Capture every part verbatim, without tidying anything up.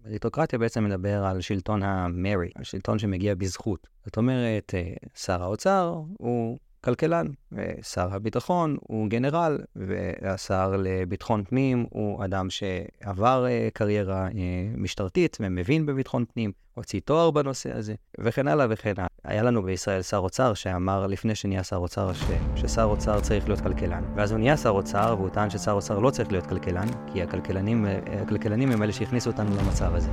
אריסטוקרטיה בעצם מדבר על שלטון המרי, על שלטון שמגיע בזכות. זאת אומרת, שר האוצר הוא כלכלן, ושר הביטחון הוא גנרל, והשר לביטחון פנים הוא אדם שעבר קריירה משטרתית ומבין בביטחון פנים, הוציא תואר בנושא הזה, וכן הלאה וכן הלאה. היה לנו בישראל שר אוצר שאמר לפני שנהיה שר אוצר ש... ששר אוצר צריך להיות כלכלן. ואז הוא נהיה שר אוצר, והוא טען ששר אוצר לא צריך להיות כלכלן, כי הכלכלנים, הכלכלנים הם אלה שהכניסו אותנו למצב הזה.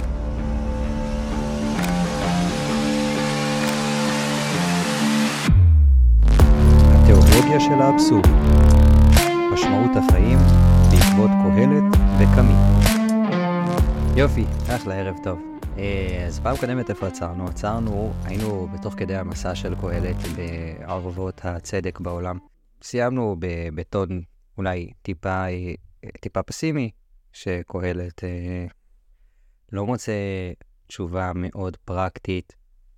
התיאולוגיה של האבסורד, משמעות החיים בעקבות קהלת וקאמי. יופי, אחלה, ערב טוב. אז פעם קודמת איפה עצרנו? עצרנו, היינו בתוך כדי המסע של קהלת בערבות הצדק בעולם. סיימנו בטון אולי טיפה, טיפה פסימי, שקהלת לא מוצא תשובה מאוד פרקטית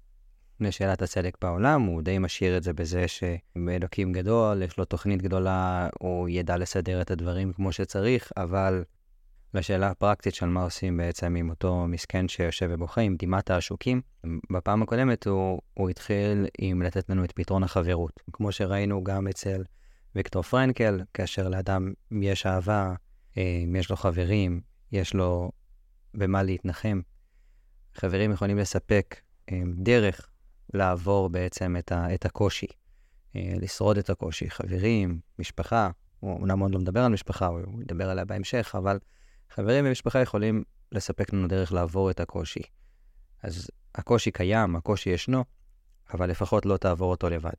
לשאלת הצדק בעולם. הוא די משאיר את זה בזה שבאלוקים גדול, יש לו תוכנית גדולה, הוא ידע לסדר את הדברים כמו שצריך, אבל לשאלה הפרקטית של מה עושים בעצם עם אותו מסכן שיושב ובוכה, עם דמעת העשוקים, בפעם הקודמת הוא, הוא התחיל עם לתת לנו את פתרון החברות. כמו שראינו גם אצל ויקטור פרנקל, כאשר לאדם יש אהבה, יש לו חברים, יש לו במה להתנחם. חברים יכולים לספק דרך לעבור בעצם את, ה, את הקושי, לשרוד את הקושי. חברים, משפחה, הוא אומנם מאוד לא מדבר על משפחה, הוא מדבר עליה בהמשך, אבל חברים ומשפחה יכולים לספק לנו דרך לעבור את הקושי. אז הקושי קיים, הקושי ישנו, אבל לפחות לא תעבור אותו לבד.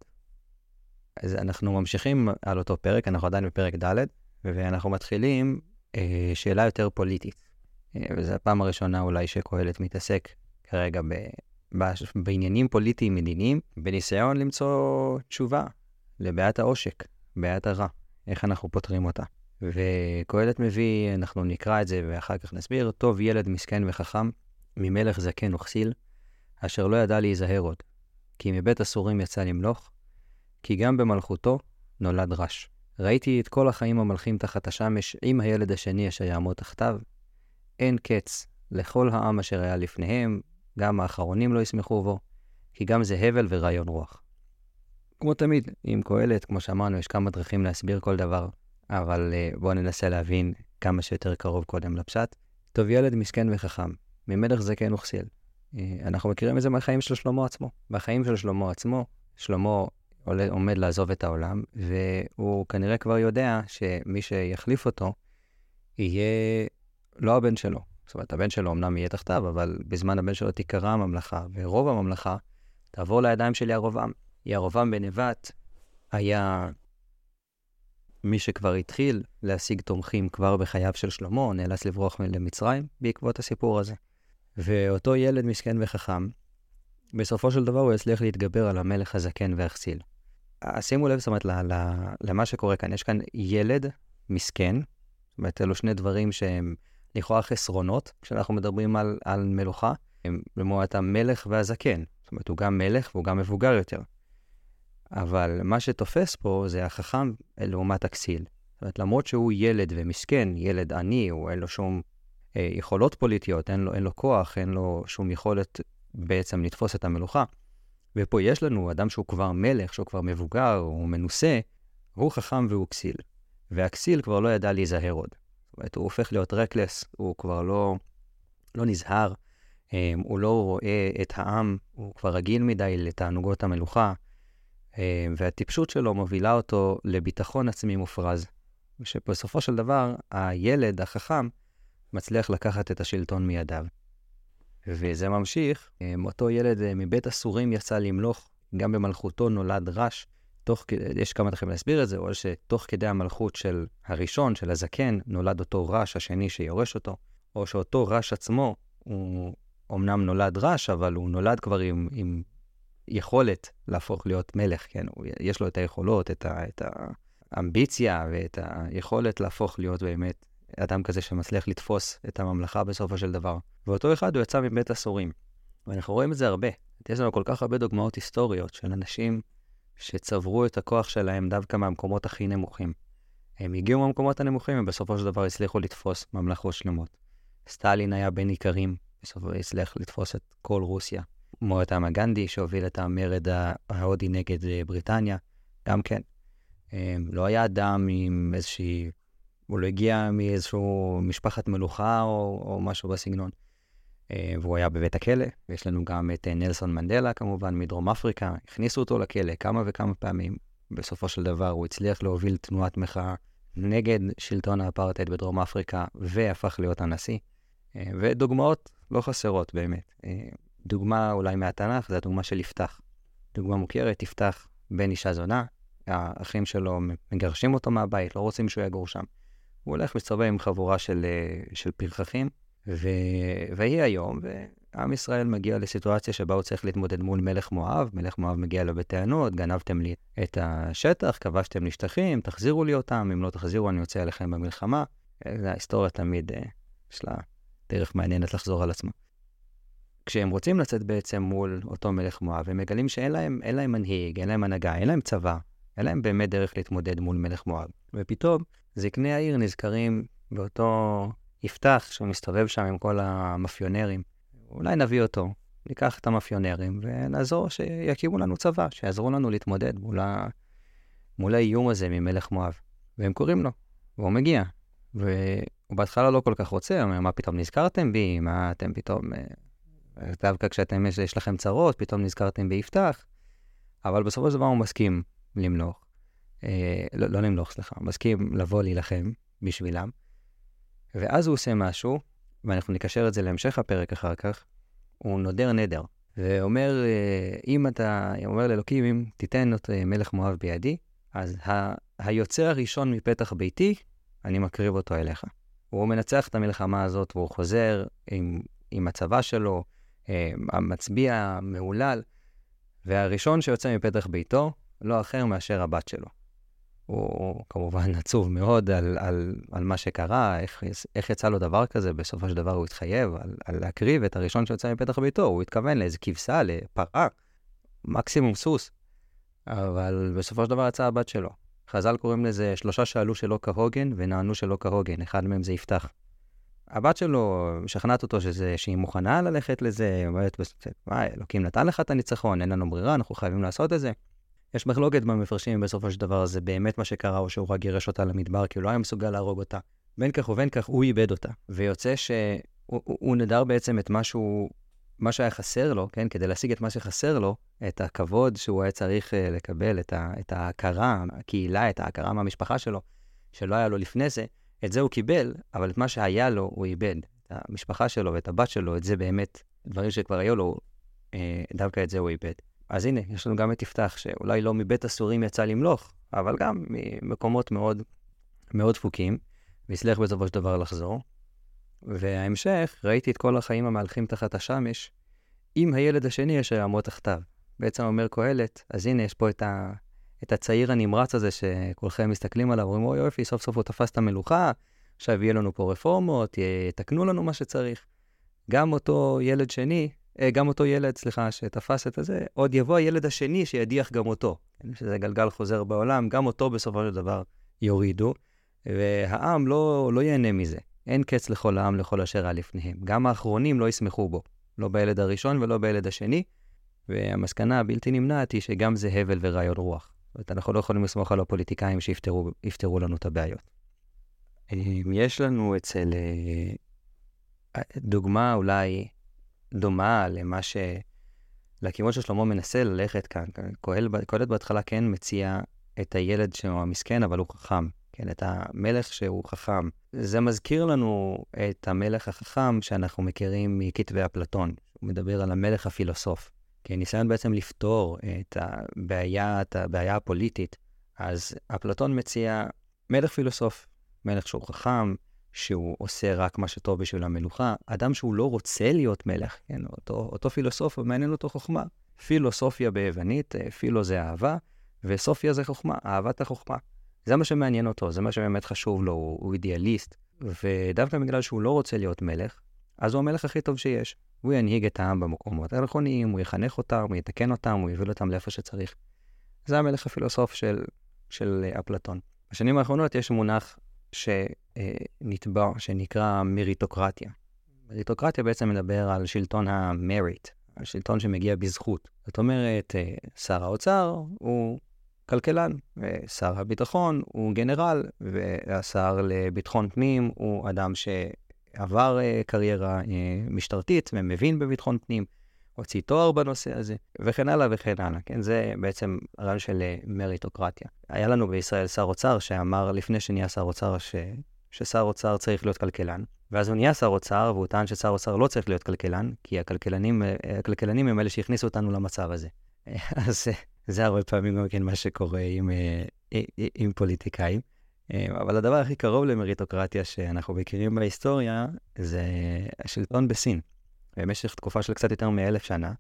אז אנחנו ממשיכים על אותו פרק, אנחנו עדיין בפרק ד', ואנחנו מתחילים אה, שאלה יותר פוליטית. אה, וזו הפעם הראשונה אולי שקהלת מתעסק כרגע ב, ב, בעניינים פוליטיים מדיניים, בניסיון למצוא תשובה לבעיית העושק, בעיית הרע, איך אנחנו פותרים אותה. וקהלת מביא, אנחנו נקרא את זה ואחר כך נסביר, טוב ילד מסכן וחכם, ממלך זקן וכסיל, אשר לא ידע להיזהר עוד, כי מבית אסורים יצא למלוך, כי גם במלכותו נולד רש. ראיתי את כל החיים המלכים תחת השמש עם הילד השני אשר יעמוד תחתיו, אין קץ לכל העם אשר היה לפניהם, גם האחרונים לא ישמחו בו, כי גם זה הבל ורעיון רוח. כמו תמיד, עם קהלת, כמו שאמרנו, יש כמה דרכים להסביר כל דבר, אבל בואו ננסה להבין כמה שיותר קרוב קודם לפשט. טוב ילד מסכן וחכם, ממלך זקן וכסיל. אנחנו מכירים את זה מהחיים של שלמה עצמו. בחיים של שלמה עצמו, שלמה עומד לעזוב את העולם, והוא כנראה כבר יודע שמי שיחליף אותו יהיה לא הבן שלו. זאת אומרת, הבן שלו אמנם יהיה תחתיו, אבל בזמן הבן שלו תיקרא הממלכה, ורוב הממלכה תעבור לידיים של ירבעם. ירבעם בן נבט היה מי שכבר התחיל להשיג תומכים כבר בחייו של שלמה, נאלץ לברוח למצרים בעקבות הסיפור הזה. ואותו ילד מסכן וחכם, בסופו של דבר הוא יצליח להתגבר על המלך הזקן והכסיל. שימו לב, זאת אומרת, למה שקורה כאן. יש כאן ילד מסכן, זאת אומרת, אלו שני דברים שהם לכאורה חסרונות, כשאנחנו מדברים על, על מלוכה, הם במועט המלך והזקן. זאת אומרת, הוא גם מלך והוא גם מבוגר יותר. אבל מה שתופס פה זה החכם לעומת הכסיל. זאת אומרת, למרות שהוא ילד ומסכן, ילד עני, הוא אין לו שום אה, יכולות פוליטיות, אין לו, אין לו כוח, אין לו שום יכולת בעצם לתפוס את המלוכה. ופה יש לנו אדם שהוא כבר מלך, שהוא כבר מבוגר, הוא מנוסה, הוא חכם והוא כסיל. והכסיל כבר לא ידע להיזהר עוד. זאת אומרת, הוא הופך להיות רקלס, הוא כבר לא, לא נזהר, אה, הוא לא רואה את העם, הוא כבר רגיל מדי לתענוגות המלוכה, והטיפשות שלו מובילה אותו לביטחון עצמי מופרז. ושבסופו של דבר, הילד החכם מצליח לקחת את השלטון מידיו. וזה ממשיך, אותו ילד מבית אסורים יצא למלוך, גם במלכותו נולד רש. תוך, יש כמה דרכים להסביר את זה, או שתוך כדי המלכות של הראשון, של הזקן, נולד אותו רש השני שיורש אותו, או שאותו רש עצמו, הוא אמנם נולד רש, אבל הוא נולד כבר עם... עם יכולת להפוך להיות מלך, כן? יש לו את היכולות, את, ה, את האמביציה ואת היכולת להפוך להיות באמת אדם כזה שמצליח לתפוס את הממלכה בסופו של דבר. ואותו אחד הוא יצא מבית אסורים. ואנחנו רואים את זה הרבה. יש לנו כל כך הרבה דוגמאות היסטוריות של אנשים שצברו את הכוח שלהם דווקא מהמקומות הכי נמוכים. הם הגיעו מהמקומות הנמוכים ובסופו של דבר הצליחו לתפוס ממלכות שלמות. סטלין היה בין עיקרים, בסוף הוא הצליח לתפוס את כל רוסיה. מוהטמה גנדי שהוביל את המרד ההודי נגד בריטניה, גם כן. לא היה אדם עם איזושהי, הוא לא הגיע מאיזשהו משפחת מלוכה או, או משהו בסגנון. והוא היה בבית הכלא, ויש לנו גם את נלסון מנדלה כמובן מדרום אפריקה, הכניסו אותו לכלא כמה וכמה פעמים. בסופו של דבר הוא הצליח להוביל תנועת מחאה נגד שלטון האפרטהייד בדרום אפריקה, והפך להיות הנשיא. ודוגמאות לא חסרות באמת. דוגמה אולי מהתנ"ך, זה הדוגמה של יפתח. דוגמה מוכרת, יפתח בן אישה זונה, האחים שלו מגרשים אותו מהבית, לא רוצים שהוא יגור שם. הוא הולך מסתובב עם חבורה של, של פרחחים, ו... והיא היום, ועם ישראל מגיע לסיטואציה שבה הוא צריך להתמודד מול מלך מואב, מלך מואב מגיע לו בטענות, גנבתם לי את השטח, כבשתם לי שטחים, תחזירו לי אותם, אם לא תחזירו אני יוצא אליכם במלחמה. ההיסטוריה תמיד יש לה דרך מעניינת לחזור על עצמה. כשהם רוצים לצאת בעצם מול אותו מלך מואב, הם מגלים שאין להם, אין להם מנהיג, אין להם הנהגה, אין להם צבא, אין להם באמת דרך להתמודד מול מלך מואב. ופתאום זקני העיר נזכרים באותו יפתח שמסתובב שם עם כל המאפיונרים. אולי נביא אותו, ניקח את המאפיונרים ונעזור שיקימו לנו צבא, שיעזרו לנו להתמודד מול, ה... מול האיום הזה ממלך מואב. והם קוראים לו, והוא מגיע. והוא בהתחלה לא כל כך רוצה, הוא אומר, מה פתאום נזכרתם בי? מה אתם פתאום... דווקא כשאתם יש, יש לכם צרות, פתאום נזכרתם ביפתח. אבל בסופו של דבר הוא מסכים למלוך. אה, לא, לא למלוך, סליחה. הוא מסכים לבוא להילחם בשבילם. ואז הוא עושה משהו, ואנחנו נקשר את זה להמשך הפרק אחר כך, הוא נודר נדר. ואומר, אם אתה, אומר לאלוקים, אם תיתן את מלך מואב בידי, אז ה, היוצא הראשון מפתח ביתי, אני מקריב אותו אליך. הוא מנצח את המלחמה הזאת, והוא חוזר עם, עם הצבא שלו, המצביע מהולל, והראשון שיוצא מפתח ביתו, לא אחר מאשר הבת שלו. הוא כמובן עצוב מאוד על, על, על מה שקרה, איך, איך יצא לו דבר כזה, בסופו של דבר הוא התחייב על, על להקריב את הראשון שיוצא מפתח ביתו, הוא התכוון לאיזה כבשה, לפרה, מקסימום סוס, אבל בסופו של דבר יצא הבת שלו. חז"ל קוראים לזה, שלושה שאלו שלא כהוגן ונענו שלא כהוגן, אחד מהם זה יפתח. הבת שלו משכנעת אותו שזה, שהיא מוכנה ללכת לזה, היא אומרת, מה, אלוקים נתן לך את הניצחון, אין לנו ברירה, אנחנו חייבים לעשות את זה. יש מחלוקת במפרשים בסופו של דבר, זה באמת מה שקרה, או שהוא רק גירש אותה למדבר, כי הוא לא היה מסוגל להרוג אותה. בין כך ובין כך הוא איבד אותה, ויוצא שהוא הוא, הוא נדר בעצם את משהו, מה שהיה חסר לו, כן? כדי להשיג את מה שחסר לו, את הכבוד שהוא היה צריך לקבל, את, ה, את ההכרה, הקהילה, את ההכרה מהמשפחה שלו, שלא היה לו לפני זה, את זה הוא קיבל, אבל את מה שהיה לו הוא איבד. את המשפחה שלו ואת הבת שלו, את זה באמת, דברים שכבר היו לו, דווקא את זה הוא איבד. אז הנה, יש לנו גם את יפתח, שאולי לא מבית הסורים יצא למלוך, אבל גם ממקומות מאוד, מאוד דפוקים, והצליח בסופו של דבר לחזור. וההמשך, ראיתי את כל החיים המהלכים תחת השמש, עם הילד השני אשר יעמוד תחתיו. בעצם אומר קהלת, אז הנה, יש פה את, ה, את הצעיר הנמרץ הזה, שכולכם מסתכלים עליו, אומרים, אוי יופי, סוף סוף הוא תפס את המלוכה, עכשיו יהיה לנו פה רפורמות, יתקנו לנו מה שצריך. גם אותו ילד שני, גם אותו ילד, סליחה, שתפס את הזה, עוד יבוא הילד השני שידיח גם אותו. שזה גלגל חוזר בעולם, גם אותו בסופו של דבר יורידו, והעם לא, לא ייהנה מזה. אין קץ לכל העם, לכל אשר היה לפניהם. גם האחרונים לא ישמחו בו. לא בילד הראשון ולא בילד השני, והמסקנה הבלתי נמנעת היא שגם זה הבל ורעיון רוח. זאת אומרת, אנחנו לא יכולים לסמוך על הפוליטיקאים שיפתרו, יפתרו לנו את הבעיות. יש לנו אצל דוגמה אולי דומה למה ש... לכיוון ששלמה מנסה ללכת כאן. קהלת בהתחלה כן מציע את הילד שהוא המסכן, אבל הוא חכם. כן, את המלך שהוא חכם. זה מזכיר לנו את המלך החכם שאנחנו מכירים מכתבי אפלטון. הוא מדבר על המלך הפילוסוף. כן, ניסיון בעצם לפתור את הבעיה, את הבעיה הפוליטית. אז אפלטון מציע מלך פילוסוף, מלך שהוא חכם, שהוא עושה רק מה שטוב בשביל המלוכה, אדם שהוא לא רוצה להיות מלך, כן, אותו, אותו פילוסוף, מעניין אותו חוכמה. פילוסופיה ביוונית, פילו זה אהבה, וסופיה זה חוכמה, אהבת החוכמה. זה מה שמעניין אותו, זה מה שבאמת חשוב לו, הוא, הוא אידיאליסט, ודווקא בגלל שהוא לא רוצה להיות מלך, אז הוא המלך הכי טוב שיש. הוא ינהיג את העם במקומות הנכונים, הוא יחנך אותם, הוא יתקן אותם, הוא יוביל אותם לאיפה שצריך. זה המלך הפילוסוף של, של אפלטון. בשנים האחרונות יש מונח שנטבע, שנקרא מריטוקרטיה. מריטוקרטיה בעצם מדבר על שלטון המריט, השלטון שמגיע בזכות. זאת אומרת, שר האוצר הוא כלכלן, ושר הביטחון הוא גנרל, והשר לביטחון פנים הוא אדם שעבר קריירה משטרתית ומבין בביטחון פנים, הוציא תואר בנושא הזה, וכן הלאה וכן הלאה. כן, זה בעצם הרעיון של מריטוקרטיה. היה לנו בישראל שר אוצר שאמר לפני שנהיה שר אוצר ש... ששר אוצר צריך להיות כלכלן, ואז הוא נהיה שר אוצר, והוא טען ששר אוצר לא צריך להיות כלכלן, כי הכלכלנים, הכלכלנים הם אלה שהכניסו אותנו למצב הזה. אז זה הרבה פעמים גם כן מה שקורה עם, עם פוליטיקאים. אבל הדבר הכי קרוב למריטוקרטיה שאנחנו מכירים בהיסטוריה, זה השלטון בסין. במשך תקופה של קצת יותר מאלף שנה,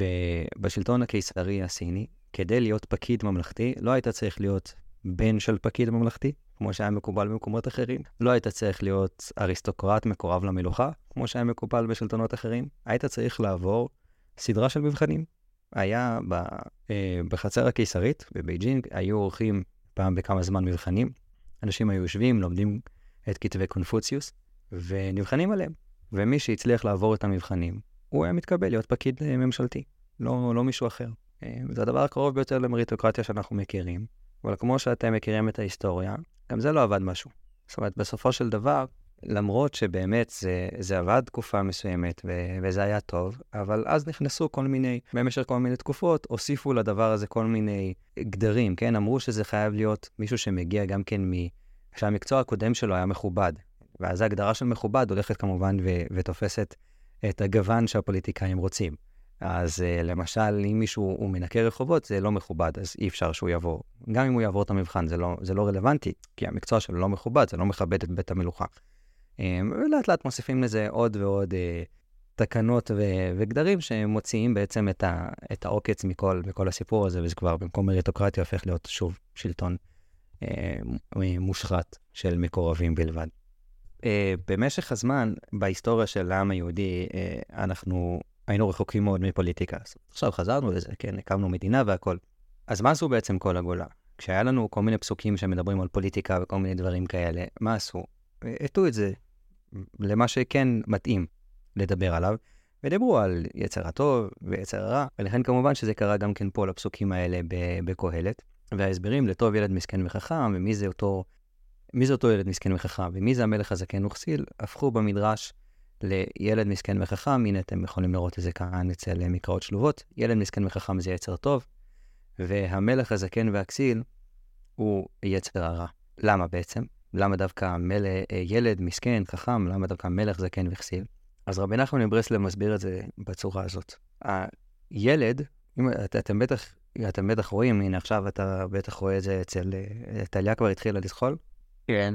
בשלטון הקיסרי הסיני, כדי להיות פקיד ממלכתי, לא היית צריך להיות בן של פקיד ממלכתי, כמו שהיה מקובל במקומות אחרים. לא היית צריך להיות אריסטוקרט מקורב למלוכה, כמו שהיה מקובל בשלטונות אחרים. היית צריך לעבור סדרה של מבחנים. היה ב, אה, בחצר הקיסרית, בבייג'ינג, היו עורכים פעם בכמה זמן מבחנים. אנשים היו יושבים, לומדים את כתבי קונפוציוס, ונבחנים עליהם. ומי שהצליח לעבור את המבחנים, הוא היה מתקבל להיות פקיד אה, ממשלתי, לא, לא מישהו אחר. אה, זה הדבר הקרוב ביותר למריטוקרטיה שאנחנו מכירים. אבל כמו שאתם מכירים את ההיסטוריה, גם זה לא עבד משהו. זאת אומרת, בסופו של דבר, למרות שבאמת זה, זה עבד תקופה מסוימת, ו- וזה היה טוב, אבל אז נכנסו כל מיני, במשך כל מיני תקופות, הוסיפו לדבר הזה כל מיני גדרים, כן? אמרו שזה חייב להיות מישהו שמגיע גם כן מ... שהמקצוע הקודם שלו היה מכובד. ואז ההגדרה של מכובד הולכת כמובן ו- ותופסת את הגוון שהפוליטיקאים רוצים. אז uh, למשל, אם מישהו הוא מנקה רחובות, זה לא מכובד, אז אי אפשר שהוא יעבור. גם אם הוא יעבור את המבחן, זה לא, זה לא רלוונטי, כי המקצוע שלו לא מכובד, זה לא מכבד את בית המלוכה. Um, ולאט לאט מוסיפים לזה עוד ועוד uh, תקנות ו- וגדרים שמוציאים בעצם את, ה- את העוקץ מכל, מכל הסיפור הזה, וזה כבר במקום מריטוקרטיה הופך להיות שוב שלטון uh, מושחת של מקורבים בלבד. Uh, במשך הזמן, בהיסטוריה של העם היהודי, uh, אנחנו... היינו רחוקים מאוד מפוליטיקה. עכשיו חזרנו לזה, כן, הקמנו מדינה והכל. אז מה עשו בעצם כל הגולה? כשהיה לנו כל מיני פסוקים שמדברים על פוליטיקה וכל מיני דברים כאלה, מה עשו? עטו את זה למה שכן מתאים לדבר עליו, ודיברו על יצר הטוב ויצר הרע, ולכן כמובן שזה קרה גם כן פה לפסוקים האלה בקהלת, וההסברים לטוב ילד מסכן וחכם, ומי זה אותו, מי זה אותו ילד מסכן וחכם, ומי זה המלך הזקן וכסיל, הפכו במדרש לילד מסכן וחכם. הנה אתם יכולים לראות את זה כאן אצל מקראות שלובות. ילד מסכן וחכם זה יצר טוב, והמלך הזקן והכסיל הוא יצר הרע. למה בעצם? למה דווקא מל... ילד מסכן חכם? למה דווקא מלך זקן וכסיל? אז רבי נחמן מברסלב מסביר את זה בצורה הזאת. הילד, אם את, אתם בטח אתם בטח רואים, הנה עכשיו אתה בטח רואה את זה אצל טליה, כבר התחילה לזחול? כן.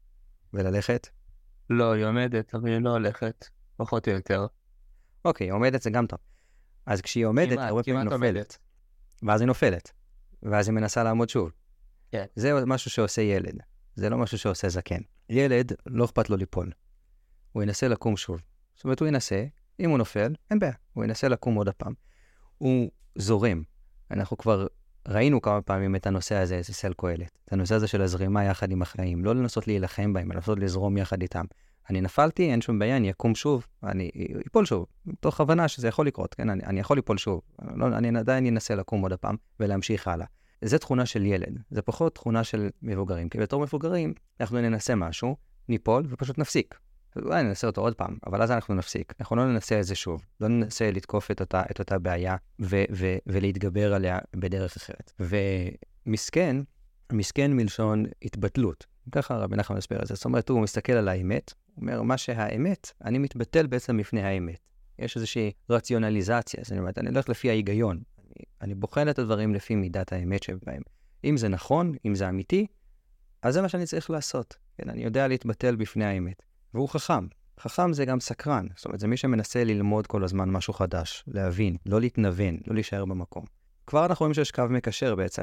וללכת? לא, היא עומדת, אבל היא לא הולכת, פחות או יותר. אוקיי, עומדת זה גם טוב. אז כשהיא עומדת, הרבה פעמים נופלת. ואז היא נופלת. ואז היא מנסה לעמוד שוב. כן. זה משהו שעושה ילד. זה לא משהו שעושה זקן. ילד, לא אכפת לו ליפול. הוא ינסה לקום שוב. זאת אומרת, הוא ינסה, אם הוא נופל, אין בעיה. הוא ינסה לקום עוד הפעם. הוא זורם. אנחנו כבר ראינו כמה פעמים את הנושא הזה, זה סל קהלת. את הנושא הזה של הזרימה יחד עם החיים. לא לנסות להילחם בהם, אלא לנסות לזרום יחד איתם. אני נפלתי, אין שום בעיה, אני אקום שוב, אני אפול שוב, תוך הבנה שזה יכול לקרות, כן? אני, אני יכול ליפול שוב. לא, אני עדיין אנסה לקום עוד הפעם ולהמשיך הלאה. זו תכונה של ילד, זה פחות תכונה של מבוגרים. כי בתור מבוגרים, אנחנו ננסה משהו, ניפול ופשוט נפסיק. אולי ננסה אותו עוד פעם, אבל אז אנחנו נפסיק. אנחנו לא ננסה את זה שוב. לא ננסה לתקוף את אותה, את אותה בעיה ו- ו- ולהתגבר עליה בדרך אחרת. ומסכן, מסכן מלשון התבטלות. ככה רבי נחמן מסביר את זה. זאת אומרת, הוא מסתכל על האמת, הוא אומר, מה שהאמת, אני מתבטל בעצם לפני האמת. יש איזושהי רציונליזציה, זאת אומרת, אני הולך לפי ההיגיון. אני, אני בוחן את הדברים לפי מידת האמת שבהם. אם זה נכון, אם זה אמיתי, אז זה מה שאני צריך לעשות. כן, אני יודע להתבטל בפני האמת. והוא חכם. חכם זה גם סקרן. זאת אומרת, זה מי שמנסה ללמוד כל הזמן משהו חדש, להבין, לא להתנוון, לא להישאר במקום. כבר אנחנו רואים שיש קו מקשר בעצם.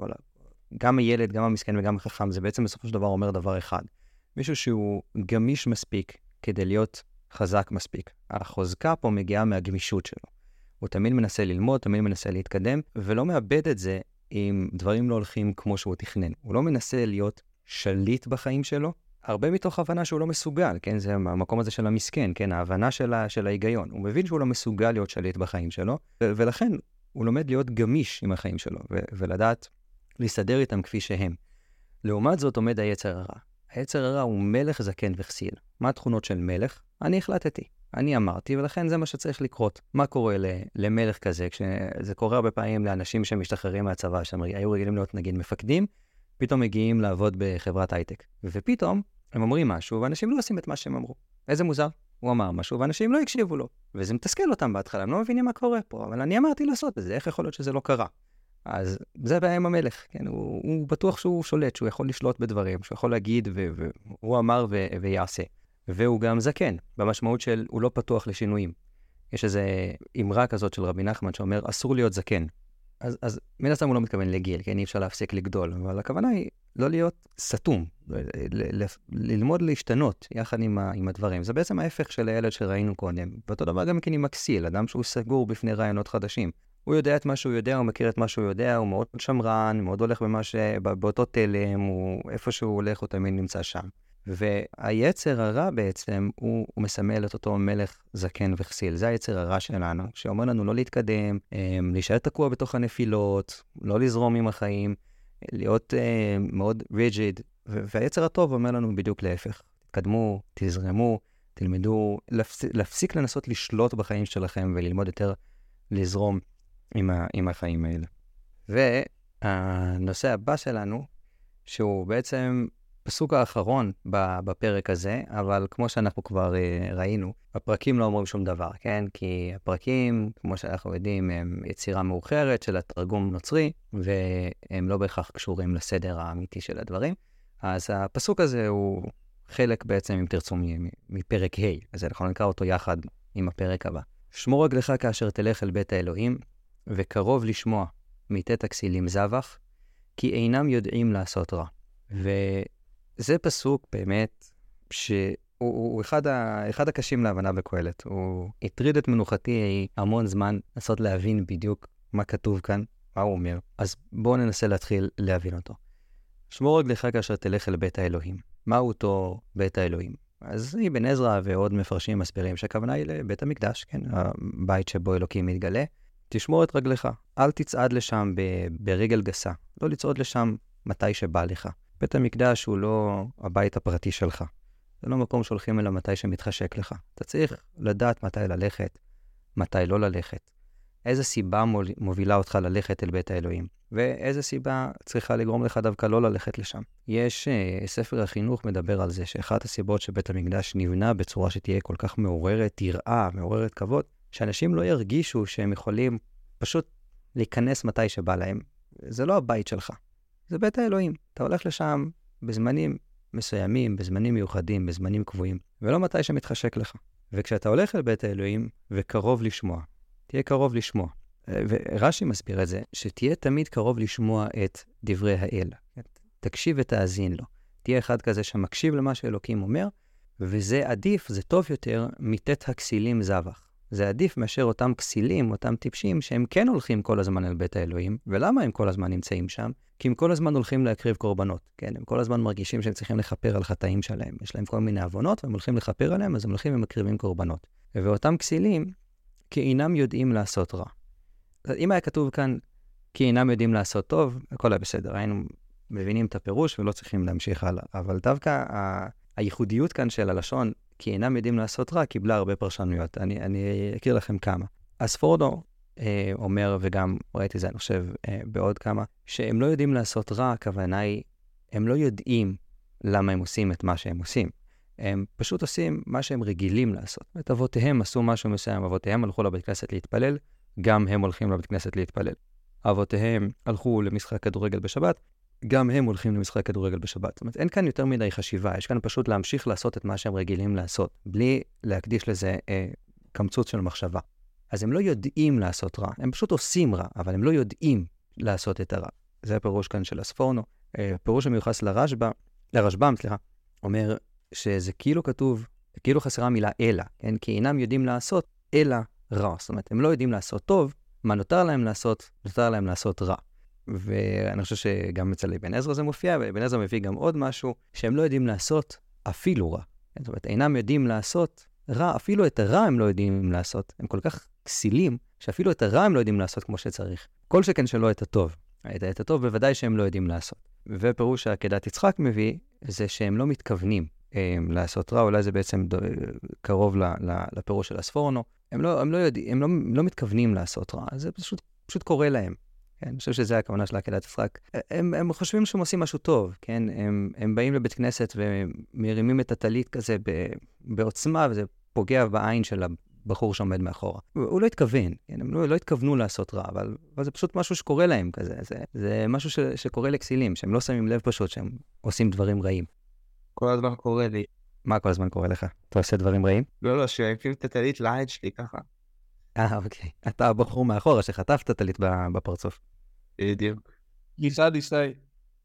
גם הילד, גם המסכן וגם החכם, זה בעצם בסופו של דבר אומר דבר אחד. מישהו שהוא גמיש מספיק כדי להיות חזק מספיק. החוזקה פה מגיעה מהגמישות שלו. הוא תמיד מנסה ללמוד, תמיד מנסה להתקדם, ולא מאבד את זה אם דברים לא הולכים כמו שהוא תכנן. הוא לא מנסה להיות שליט בחיים שלו, הרבה מתוך הבנה שהוא לא מסוגל, כן? זה המקום הזה של המסכן, כן? ההבנה של, ה, של ההיגיון. הוא מבין שהוא לא מסוגל להיות שליט בחיים שלו, ו- ולכן הוא לומד להיות גמיש עם החיים שלו, ו- ולדעת להסתדר איתם כפי שהם. לעומת זאת עומד היצר הרע. היצר הרע הוא מלך זקן וכסיל. מה התכונות של מלך? אני החלטתי. אני אמרתי, ולכן זה מה שצריך לקרות. מה קורה למלך כזה? כשזה קורה הרבה פעמים לאנשים שמשתחררים מהצבא, שהם היו רגילים להיות נגיד מפקדים, פתאום מגיעים לעבוד בחברת הייטק. ופתאום הם אומרים משהו, ואנשים לא עושים את מה שהם אמרו. איזה מוזר. הוא אמר משהו, ואנשים לא הקשיבו לו. וזה מתסכל אותם בהתחלה, הם לא מבינים מה קורה פה, אבל אני אמרתי לעשות את זה, איך יכול להיות שזה לא קרה? אז זה בעיה עם המלך, כן? הוא, הוא בטוח שהוא שולט, שהוא יכול לשלוט בדברים, שהוא יכול להגיד, והוא אמר ו- ויעשה. והוא גם זקן, במשמעות של הוא לא פתוח לשינויים. יש איזו אמרה כזאת של רבי נחמן שאומר, אסור להיות זקן. אז, אז מן הסתם הוא לא מתכוון לגיל, כן? אי אפשר להפסיק לגדול, אבל הכוונה היא לא להיות סתום, ל- ל- ל- ללמוד להשתנות יחד עם, ה- עם הדברים. זה בעצם ההפך של הילד שראינו קודם. ואותו דבר גם כן עם מקסיל, אדם שהוא סגור בפני רעיונות חדשים. הוא יודע את מה שהוא יודע, הוא מכיר את מה שהוא יודע, הוא מאוד שמרן, מאוד הולך במה ש... באותו תלם, הוא... איפה שהוא הולך, הוא תמיד נמצא שם. והיצר הרע בעצם, הוא, הוא מסמל את אותו מלך זקן וכסיל. זה היצר הרע שלנו, שאומר לנו לא להתקדם, להישאר תקוע בתוך הנפילות, לא לזרום עם החיים, להיות uh, מאוד ריג'יד. והיצר הטוב אומר לנו בדיוק להפך. תתקדמו, תזרמו, תלמדו, להפס... להפסיק לנסות לשלוט בחיים שלכם וללמוד יותר לזרום עם, ה... עם החיים האלה. והנושא הבא שלנו, שהוא בעצם פסוק האחרון בפרק הזה, אבל כמו שאנחנו כבר ראינו, הפרקים לא אומרים שום דבר, כן? כי הפרקים, כמו שאנחנו יודעים, הם יצירה מאוחרת של התרגום נוצרי, והם לא בהכרח קשורים לסדר האמיתי של הדברים. אז הפסוק הזה הוא חלק בעצם, אם תרצו, מפרק ה', אז אנחנו נקרא אותו יחד עם הפרק הבא. שמור רגלך כאשר תלך אל בית האלוהים, וקרוב לשמוע מתת הכסילים זבח, כי אינם יודעים לעשות רע. וזה פסוק באמת שהוא הוא אחד, ה, אחד הקשים להבנה בקהלת. הוא הטריד את מנוחתי המון זמן לנסות להבין בדיוק מה כתוב כאן, מה הוא אומר. אז בואו ננסה להתחיל להבין אותו. שמור רגלך כאשר תלך אל בית האלוהים. מהו אותו בית האלוהים? אז אבן עזרא ועוד מפרשים מסבירים שהכוונה היא לבית המקדש, כן? הבית שבו אלוקים מתגלה. תשמור את רגלך, אל תצעד לשם ב- ברגל גסה, לא לצעוד לשם מתי שבא לך. בית המקדש הוא לא הבית הפרטי שלך, זה לא מקום שהולכים אליו מתי שמתחשק לך. אתה צריך לדעת מתי ללכת, מתי לא ללכת. איזה סיבה מובילה אותך ללכת אל בית האלוהים, ואיזה סיבה צריכה לגרום לך דווקא לא ללכת לשם. יש, uh, ספר החינוך מדבר על זה, שאחת הסיבות שבית המקדש נבנה בצורה שתהיה כל כך מעוררת יראה, מעוררת כבוד, שאנשים לא ירגישו שהם יכולים פשוט להיכנס מתי שבא להם. זה לא הבית שלך, זה בית האלוהים. אתה הולך לשם בזמנים מסוימים, בזמנים מיוחדים, בזמנים קבועים, ולא מתי שמתחשק לך. וכשאתה הולך אל בית האלוהים וקרוב לשמוע, תהיה קרוב לשמוע. ורש"י מסביר את זה, שתהיה תמיד קרוב לשמוע את דברי האל. תקשיב ותאזין לו. תהיה אחד כזה שמקשיב למה שאלוקים אומר, וזה עדיף, זה טוב יותר, מתת הכסילים זבח. זה עדיף מאשר אותם כסילים, אותם טיפשים, שהם כן הולכים כל הזמן אל בית האלוהים. ולמה הם כל הזמן נמצאים שם? כי הם כל הזמן הולכים להקריב קורבנות. כן, הם כל הזמן מרגישים שהם צריכים לכפר על חטאים שלהם. יש להם כל מיני עוונות, והם הולכים לכפר עליהם, אז הם הולכים ומקריבים קורבנות. ואותם כסילים, כי אינם יודעים לעשות רע. אם היה כתוב כאן, כי אינם יודעים לעשות טוב, הכל היה בסדר. היינו מבינים את הפירוש ולא צריכים להמשיך הלאה. אבל דווקא ה... הייחודיות כאן של הלשון, כי אינם יודעים לעשות רע, קיבלה הרבה פרשנויות. אני, אני אכיר לכם כמה. אז פורדו אה, אומר, וגם ראיתי זה, אני חושב, אה, בעוד כמה, שהם לא יודעים לעשות רע, הכוונה היא, הם לא יודעים למה הם עושים את מה שהם עושים. הם פשוט עושים מה שהם רגילים לעשות. את אבותיהם עשו משהו מסוים, אבותיהם הלכו לבית כנסת להתפלל, גם הם הולכים לבית כנסת להתפלל. אבותיהם הלכו למשחק כדורגל בשבת, גם הם הולכים למשחק כדורגל בשבת. זאת אומרת, אין כאן יותר מדי חשיבה, יש כאן פשוט להמשיך לעשות את מה שהם רגילים לעשות, בלי להקדיש לזה אה, קמצוץ של מחשבה. אז הם לא יודעים לעשות רע, הם פשוט עושים רע, אבל הם לא יודעים לעשות את הרע. זה הפירוש כאן של הספורנו. אה, פירוש המיוחס לרשב"א, לרשב"ם, סליחה, אומר שזה כאילו כתוב, כאילו חסרה מילה אלא, כן? כי אינם יודעים לעשות אלא רע. זאת אומרת, הם לא יודעים לעשות טוב, מה נותר להם לעשות? נותר להם לעשות רע. ואני חושב שגם אצל אבן עזרא זה מופיע, ואבן עזרא מביא גם עוד משהו, שהם לא יודעים לעשות אפילו רע. זאת אומרת, אינם יודעים לעשות רע, אפילו את הרע הם לא יודעים לעשות. הם כל כך כסילים, שאפילו את הרע הם לא יודעים לעשות כמו שצריך. כל שכן שלא את הטוב. את, את הטוב בוודאי שהם לא יודעים לעשות. ופירוש שעקדת יצחק מביא, זה שהם לא מתכוונים הם, לעשות רע, אולי זה בעצם דו, קרוב ל, ל, לפירוש של הספורנו. הם לא, הם לא יודעים, הם לא, הם לא מתכוונים לעשות רע, זה פשוט, פשוט קורה להם. כן? אני חושב שזה הכוונה של עקדת יצחק. הם, הם חושבים שהם עושים משהו טוב, כן? הם, הם באים לבית כנסת ומרימים את הטלית כזה ב, בעוצמה, וזה פוגע בעין של הבחור שעומד מאחורה. הוא, הוא לא התכוון, כן? הם לא, לא התכוונו לעשות רע, אבל, אבל זה פשוט משהו שקורה להם כזה. זה, זה משהו ש, שקורה לכסילים, שהם לא שמים לב פשוט שהם עושים דברים רעים. כל הזמן קורה לי. מה כל הזמן קורה לך? אתה עושה דברים רעים? לא, לא, שעיפים את הטלית לעין שלי ככה. אה, אוקיי. אתה הבחור מאחורה שחטפת טלית בפרצוף. בדיוק. גיסה דיסאי.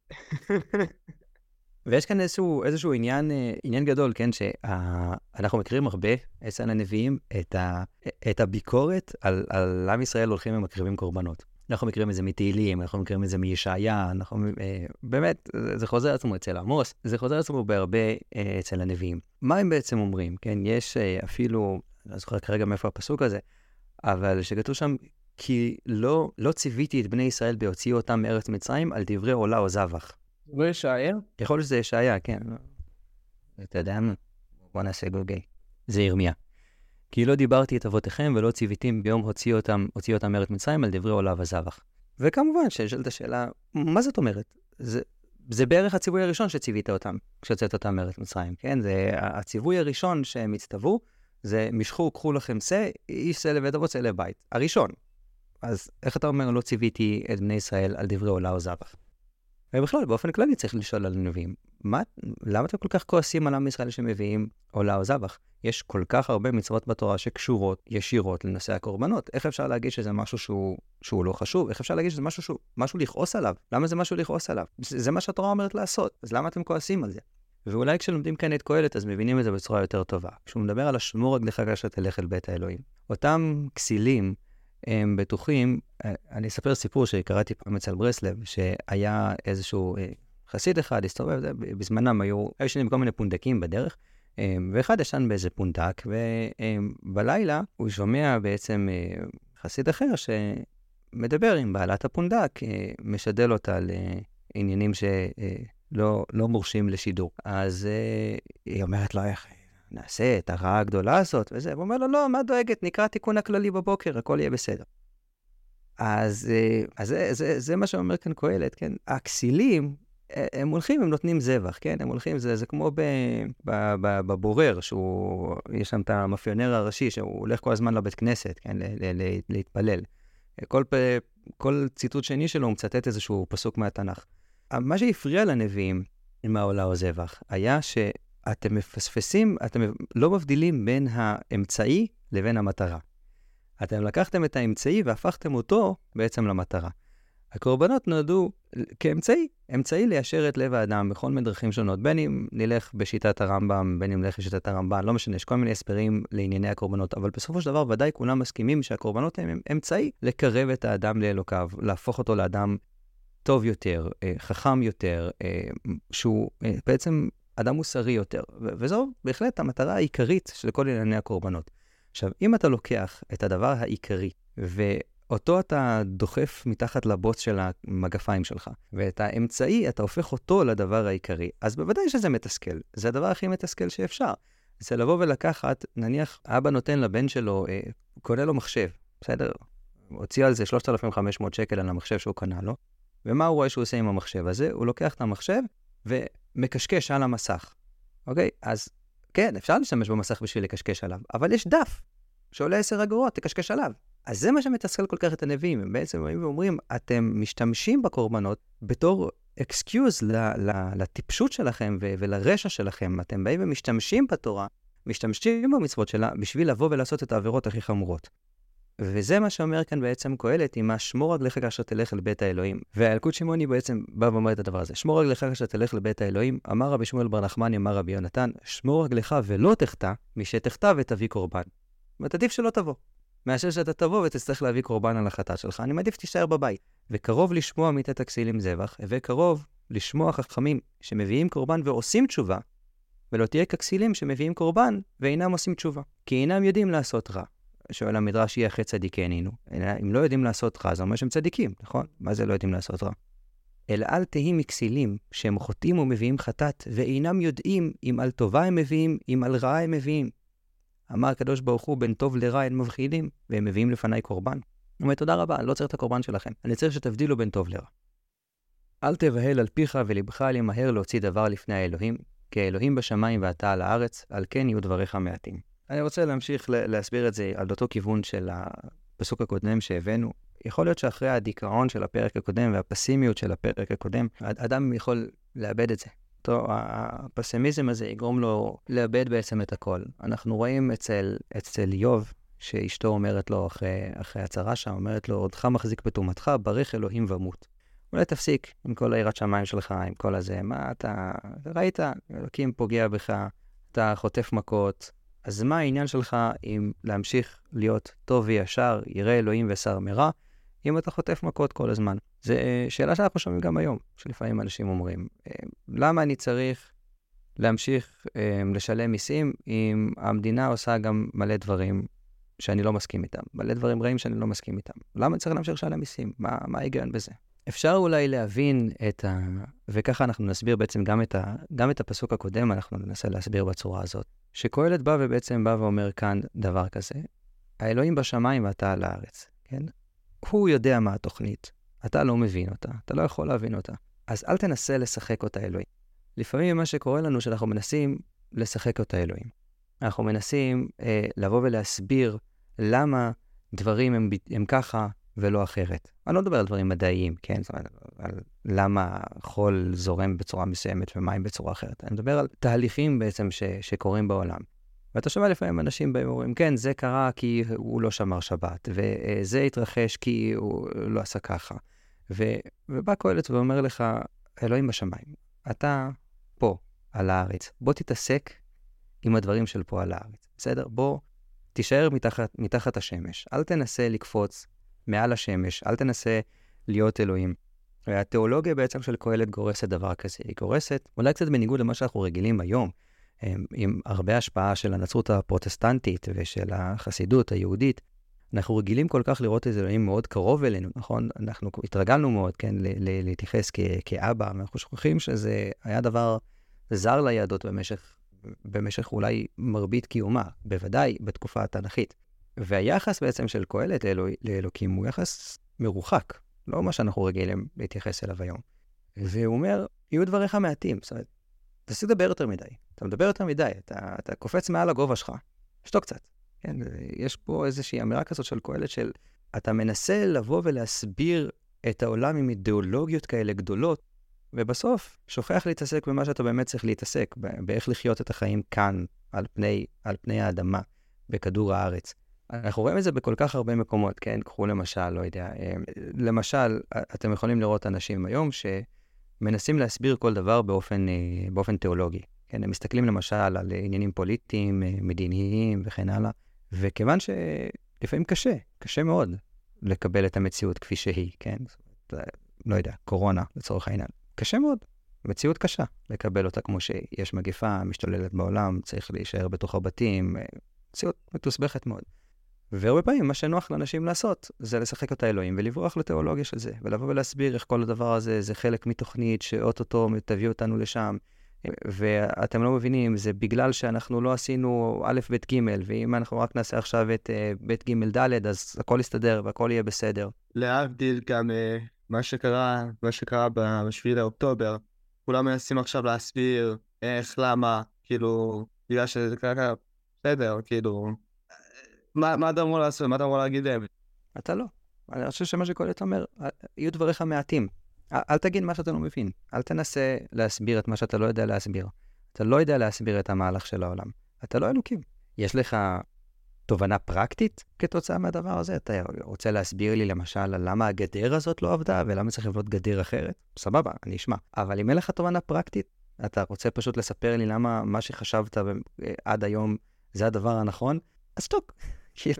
ויש כאן איזשהו, איזשהו עניין, עניין גדול, כן, שאנחנו מכירים הרבה אצל הנביאים את, ה, את הביקורת על, על עם ישראל הולכים ומקריבים קורבנות. אנחנו מכירים את זה מתהילים, אנחנו מכירים את זה מישעיה, אנחנו, באמת, זה חוזר עצמו אצל עמוס, זה חוזר עצמו בהרבה אצל הנביאים. מה הם בעצם אומרים? כן, יש אפילו, לא זוכר כרגע מאיפה הפסוק הזה, אבל שכתוב שם, כי לא, לא ציוויתי את בני ישראל בהוציאו אותם מארץ מצרים על דברי עולה או זבח. זה ישעיה? יכול להיות שזה ישעיה, כן. אתה יודע מה? בוא נעשה גוגל. זה ירמיה. כי לא דיברתי את אבותיכם ולא ציוויתים ביום הוציאו אותם, הוציאו אותם מארץ מצרים על דברי עולה וזבח. וכמובן ששאלת השאלה, מה זאת אומרת? זה, זה בערך הציווי הראשון שציווית אותם, כשהוצאת אותם מארץ מצרים, כן? זה הציווי הראשון שהם הצטוו, זה משכו, קחו לכם שא, איש שא לבית אבות, שא לבית. הראשון. אז איך אתה אומר, לא ציוויתי את בני ישראל על דברי עולה או זבח? ובכלל, באופן כללי צריך לשאול על הנביאים. מה, למה אתם כל כך כועסים על עם ישראל שמביאים עולה או זבח? יש כל כך הרבה מצוות בתורה שקשורות ישירות לנושא הקורבנות. איך אפשר להגיד שזה משהו שהוא, שהוא לא חשוב? איך אפשר להגיד שזה משהו שהוא, משהו לכעוס עליו? למה זה משהו לכעוס עליו? זה, זה מה שהתורה אומרת לעשות. אז למה אתם כועסים על זה? ואולי כשלומדים כאן את קהלת, אז מבינים את זה בצורה יותר טובה. כשהוא מדבר על השמור רגליך כאשר תלך אל בית האלוהים. אותם כסילים, הם בטוחים, אני אספר סיפור שקראתי פעם אצל ברסלב, שהיה איזשהו חסיד אחד, הסתובב, בזמנם היו, היו שנים כל מיני פונדקים בדרך, ואחד ישן באיזה פונדק, ובלילה הוא שומע בעצם חסיד אחר שמדבר עם בעלת הפונדק, משדל אותה לעניינים שלא לא מורשים לשידור. אז היא אומרת לו, איך נעשה את הרעה הגדולה הזאת, וזה, הוא אומר לו, לא, מה דואגת? נקרא תיקון הכללי בבוקר, הכל יהיה בסדר. אז, אז זה, זה, זה מה שאומר כאן קהלת, כן? הכסילים, הם הולכים, הם נותנים זבח, כן? הם הולכים, זה, זה כמו ב, ב, ב, בבורר, שהוא, יש שם את המאפיונר הראשי, שהוא הולך כל הזמן לבית כנסת, כן? ל, ל, ל, להתפלל. כל, כל ציטוט שני שלו הוא מצטט איזשהו פסוק מהתנ"ך. מה שהפריע לנביאים עם העולה או זבח, היה ש... אתם מפספסים, אתם לא מבדילים בין האמצעי לבין המטרה. אתם לקחתם את האמצעי והפכתם אותו בעצם למטרה. הקורבנות נועדו כאמצעי, אמצעי ליישר את לב האדם בכל מיני דרכים שונות, בין אם נלך בשיטת הרמב"ם, בין אם נלך בשיטת הרמב"ן, לא משנה, יש כל מיני הסברים לענייני הקורבנות, אבל בסופו של דבר ודאי כולם מסכימים שהקורבנות הם אמצעי לקרב את האדם לאלוקיו, להפוך אותו לאדם טוב יותר, חכם יותר, שהוא בעצם אדם מוסרי יותר, ו- וזו בהחלט המטרה העיקרית של כל ענייני הקורבנות. עכשיו, אם אתה לוקח את הדבר העיקרי, ואותו אתה דוחף מתחת לבוץ של המגפיים שלך, ואת האמצעי אתה הופך אותו לדבר העיקרי, אז בוודאי שזה מתסכל. זה הדבר הכי מתסכל שאפשר. זה לבוא ולקחת, נניח, אבא נותן לבן שלו, אה, קונה לו מחשב, בסדר? הוציא על זה שלושת אלפים וחמש מאות שקל על המחשב שהוא קנה לו, ומה הוא רואה שהוא עושה עם המחשב הזה? הוא לוקח את המחשב, ו... מקשקש על המסך. אוקיי? אז כן, אפשר להשתמש במסך בשביל לקשקש עליו, אבל יש דף שעולה עשר אגורות, תקשקש עליו. אז זה מה שמתסכל כל כך את הנביאים. הם בעצם אומרים, אתם משתמשים בקורבנות בתור אקסקיוז לטיפשות שלכם ולרשע שלכם. אתם באים ומשתמשים בתורה, משתמשים במצוות שלה בשביל לבוא ולעשות את העבירות הכי חמורות. וזה מה שאומר כאן בעצם קהלת, עם השמור רגליך כאשר תלך אל בית האלוהים. והילקוט שמעוני בעצם בא ואומר את הדבר הזה. שמור רגליך כאשר תלך אל בית האלוהים, אמר רבי שמואל בר נחמני, אמר רבי יונתן, שמור רגליך ולא תחטא, משתחטא ותביא קורבן. ותעדיף שלא תבוא. מאשר שאתה תבוא ותצטרך להביא קורבן על החטא שלך, אני מעדיף תישאר בבית. וקרוב לשמוע מיתת הכסילים זבח, וקרוב לשמוע חכמים שמביאים קורבן ועושים תשובה, ולא תהיה ככסילים שמביאים קורבן ואינם עושים תשובה, כי אינם יודעים לעשות רע. שואל המדרש, יהיה אחרי צדיקנינו. אם לא יודעים לעשות רע, זה אומר שהם צדיקים, נכון? מה זה לא יודעים לעשות רע? אלא אל תהי מכסילים שהם חוטאים ומביאים חטאת, ואינם יודעים אם על טובה הם מביאים, אם על רעה הם מביאים. אמר הקדוש ברוך הוא, בין טוב לרע הם מבחינים, והם מביאים לפניי קורבן. הוא אומר, תודה רבה, אני לא צריך את הקורבן שלכם. אני צריך שתבדילו בין טוב לרע. אל תבהל על פיך ולבך למהר להוציא דבר לפני האלוהים, כי האלוהים בשמיים ואתה על הארץ, על כן יהיו דבריך מעטים. אני רוצה להמשיך להסביר את זה על אותו כיוון של הפסוק הקודם שהבאנו. יכול להיות שאחרי הדיכאון של הפרק הקודם והפסימיות של הפרק הקודם, האדם יכול לאבד את זה. אותו, הפסימיזם הזה יגרום לו לאבד בעצם את הכל. אנחנו רואים אצל, אצל איוב, שאשתו אומרת לו אחרי, אחרי הצרה שם, אומרת לו, עודך מחזיק בתומתך, ברך אלוהים ומות. אולי תפסיק עם כל העירת שמיים שלך, עם כל הזה. מה אתה, ראית, אלוקים פוגע בך, אתה חוטף מכות. אז מה העניין שלך עם להמשיך להיות טוב וישר, ירא אלוהים ושר מרע, אם אתה חוטף מכות כל הזמן? זו שאלה שאנחנו שומעים גם היום, שלפעמים אנשים אומרים, למה אני צריך להמשיך לשלם מיסים אם המדינה עושה גם מלא דברים שאני לא מסכים איתם, מלא דברים רעים שאני לא מסכים איתם? למה אני צריך להמשיך לשלם מיסים? מה, מה ההיגיון בזה? אפשר אולי להבין את ה... וככה אנחנו נסביר בעצם גם את, ה... גם את הפסוק הקודם, אנחנו ננסה להסביר בצורה הזאת. שקהלת בא ובעצם בא ואומר כאן דבר כזה, האלוהים בשמיים ואתה על הארץ, כן? הוא יודע מה התוכנית, אתה לא מבין אותה, אתה לא יכול להבין אותה. אז אל תנסה לשחק אותה אלוהים. לפעמים מה שקורה לנו שאנחנו מנסים לשחק אותה אלוהים. אנחנו מנסים אה, לבוא ולהסביר למה דברים הם, הם ככה, ולא אחרת. אני לא מדבר על דברים מדעיים, כן? זאת אומרת, על למה חול זורם בצורה מסוימת ומים בצורה אחרת. אני מדבר על תהליכים בעצם ש, שקורים בעולם. ואתה שומע לפעמים אנשים באים ואומרים, כן, זה קרה כי הוא לא שמר שבת, וזה התרחש כי הוא לא עשה ככה. ו, ובא קהלת ואומר לך, אלוהים בשמיים, אתה פה על הארץ, בוא תתעסק עם הדברים של פה על הארץ. בסדר? בוא תישאר מתחת, מתחת השמש. אל תנסה לקפוץ מעל השמש, אל תנסה להיות אלוהים. והתיאולוגיה בעצם של קהלת גורסת דבר כזה. היא גורסת, אולי קצת בניגוד למה שאנחנו רגילים היום, עם הרבה השפעה של הנצרות הפרוטסטנטית ושל החסידות היהודית. אנחנו רגילים כל כך לראות את אלוהים מאוד קרוב אלינו, נכון? אנחנו התרגלנו מאוד, כן, להתייחס כ- כאבא, ואנחנו שוכחים שזה היה דבר זר ליהדות במשך, במשך אולי מרבית קיומה, בוודאי בתקופה התנ"כית. והיחס בעצם של קהלת לאלוה, לאלוקים הוא יחס מרוחק, לא מה שאנחנו רגילים להתייחס אליו היום. והוא אומר, יהיו דבריך מעטים, זאת אומרת, תפסיק לדבר יותר מדי, אתה מדבר יותר מדי, אתה, אתה קופץ מעל הגובה שלך, שתוק קצת. כן? יש פה איזושהי אמירה כזאת של קהלת של, אתה מנסה לבוא ולהסביר את העולם עם אידיאולוגיות כאלה גדולות, ובסוף שוכח להתעסק במה שאתה באמת צריך להתעסק, באיך לחיות את החיים כאן, על פני, על פני האדמה, בכדור הארץ. אנחנו רואים את זה בכל כך הרבה מקומות, כן? קחו למשל, לא יודע, למשל, אתם יכולים לראות אנשים היום שמנסים להסביר כל דבר באופן, באופן תיאולוגי. כן? הם מסתכלים למשל על עניינים פוליטיים, מדיניים וכן הלאה, וכיוון שלפעמים קשה, קשה מאוד לקבל את המציאות כפי שהיא, כן? לא יודע, קורונה לצורך העניין. קשה מאוד, מציאות קשה לקבל אותה כמו שיש מגפה, משתוללת בעולם, צריך להישאר בתוך הבתים, מציאות מתוסבכת מאוד. והרבה פעמים מה שנוח לאנשים לעשות זה לשחק אותה אלוהים ולברוח לתיאולוגיה של זה, ולבוא ולהסביר איך כל הדבר הזה זה חלק מתוכנית שאוטוטו תביא אותנו לשם, ואתם לא מבינים, זה בגלל שאנחנו לא עשינו א' ב' ג', ואם אנחנו רק נעשה עכשיו את ב' ג' ד', אז הכל יסתדר והכל יהיה בסדר. להבדיל גם מה שקרה, מה שקרה בשביעי לאוקטובר, כולם מנסים עכשיו להסביר איך, למה, כאילו, בגלל שזה ככה, בסדר, כאילו, מה, מה אתה אמור לעשות? מה אתה אמור להגיד להם? אתה לא. אני חושב שמה שקהלת אומר, יהיו דבריך מעטים. אל, אל תגיד מה שאתה לא מבין. אל תנסה להסביר את מה שאתה לא יודע להסביר. אתה לא יודע להסביר את המהלך של העולם. אתה לא אלוקים. יש לך תובנה פרקטית כתוצאה מהדבר הזה? אתה רוצה להסביר לי למשל למה הגדר הזאת לא עבדה ולמה צריך לבנות גדר אחרת? סבבה, אני אשמע. אבל אם אין לך תובנה פרקטית, אתה רוצה פשוט לספר לי למה מה שחשבת עד היום זה הדבר הנכון? אז שתוק. כאילו.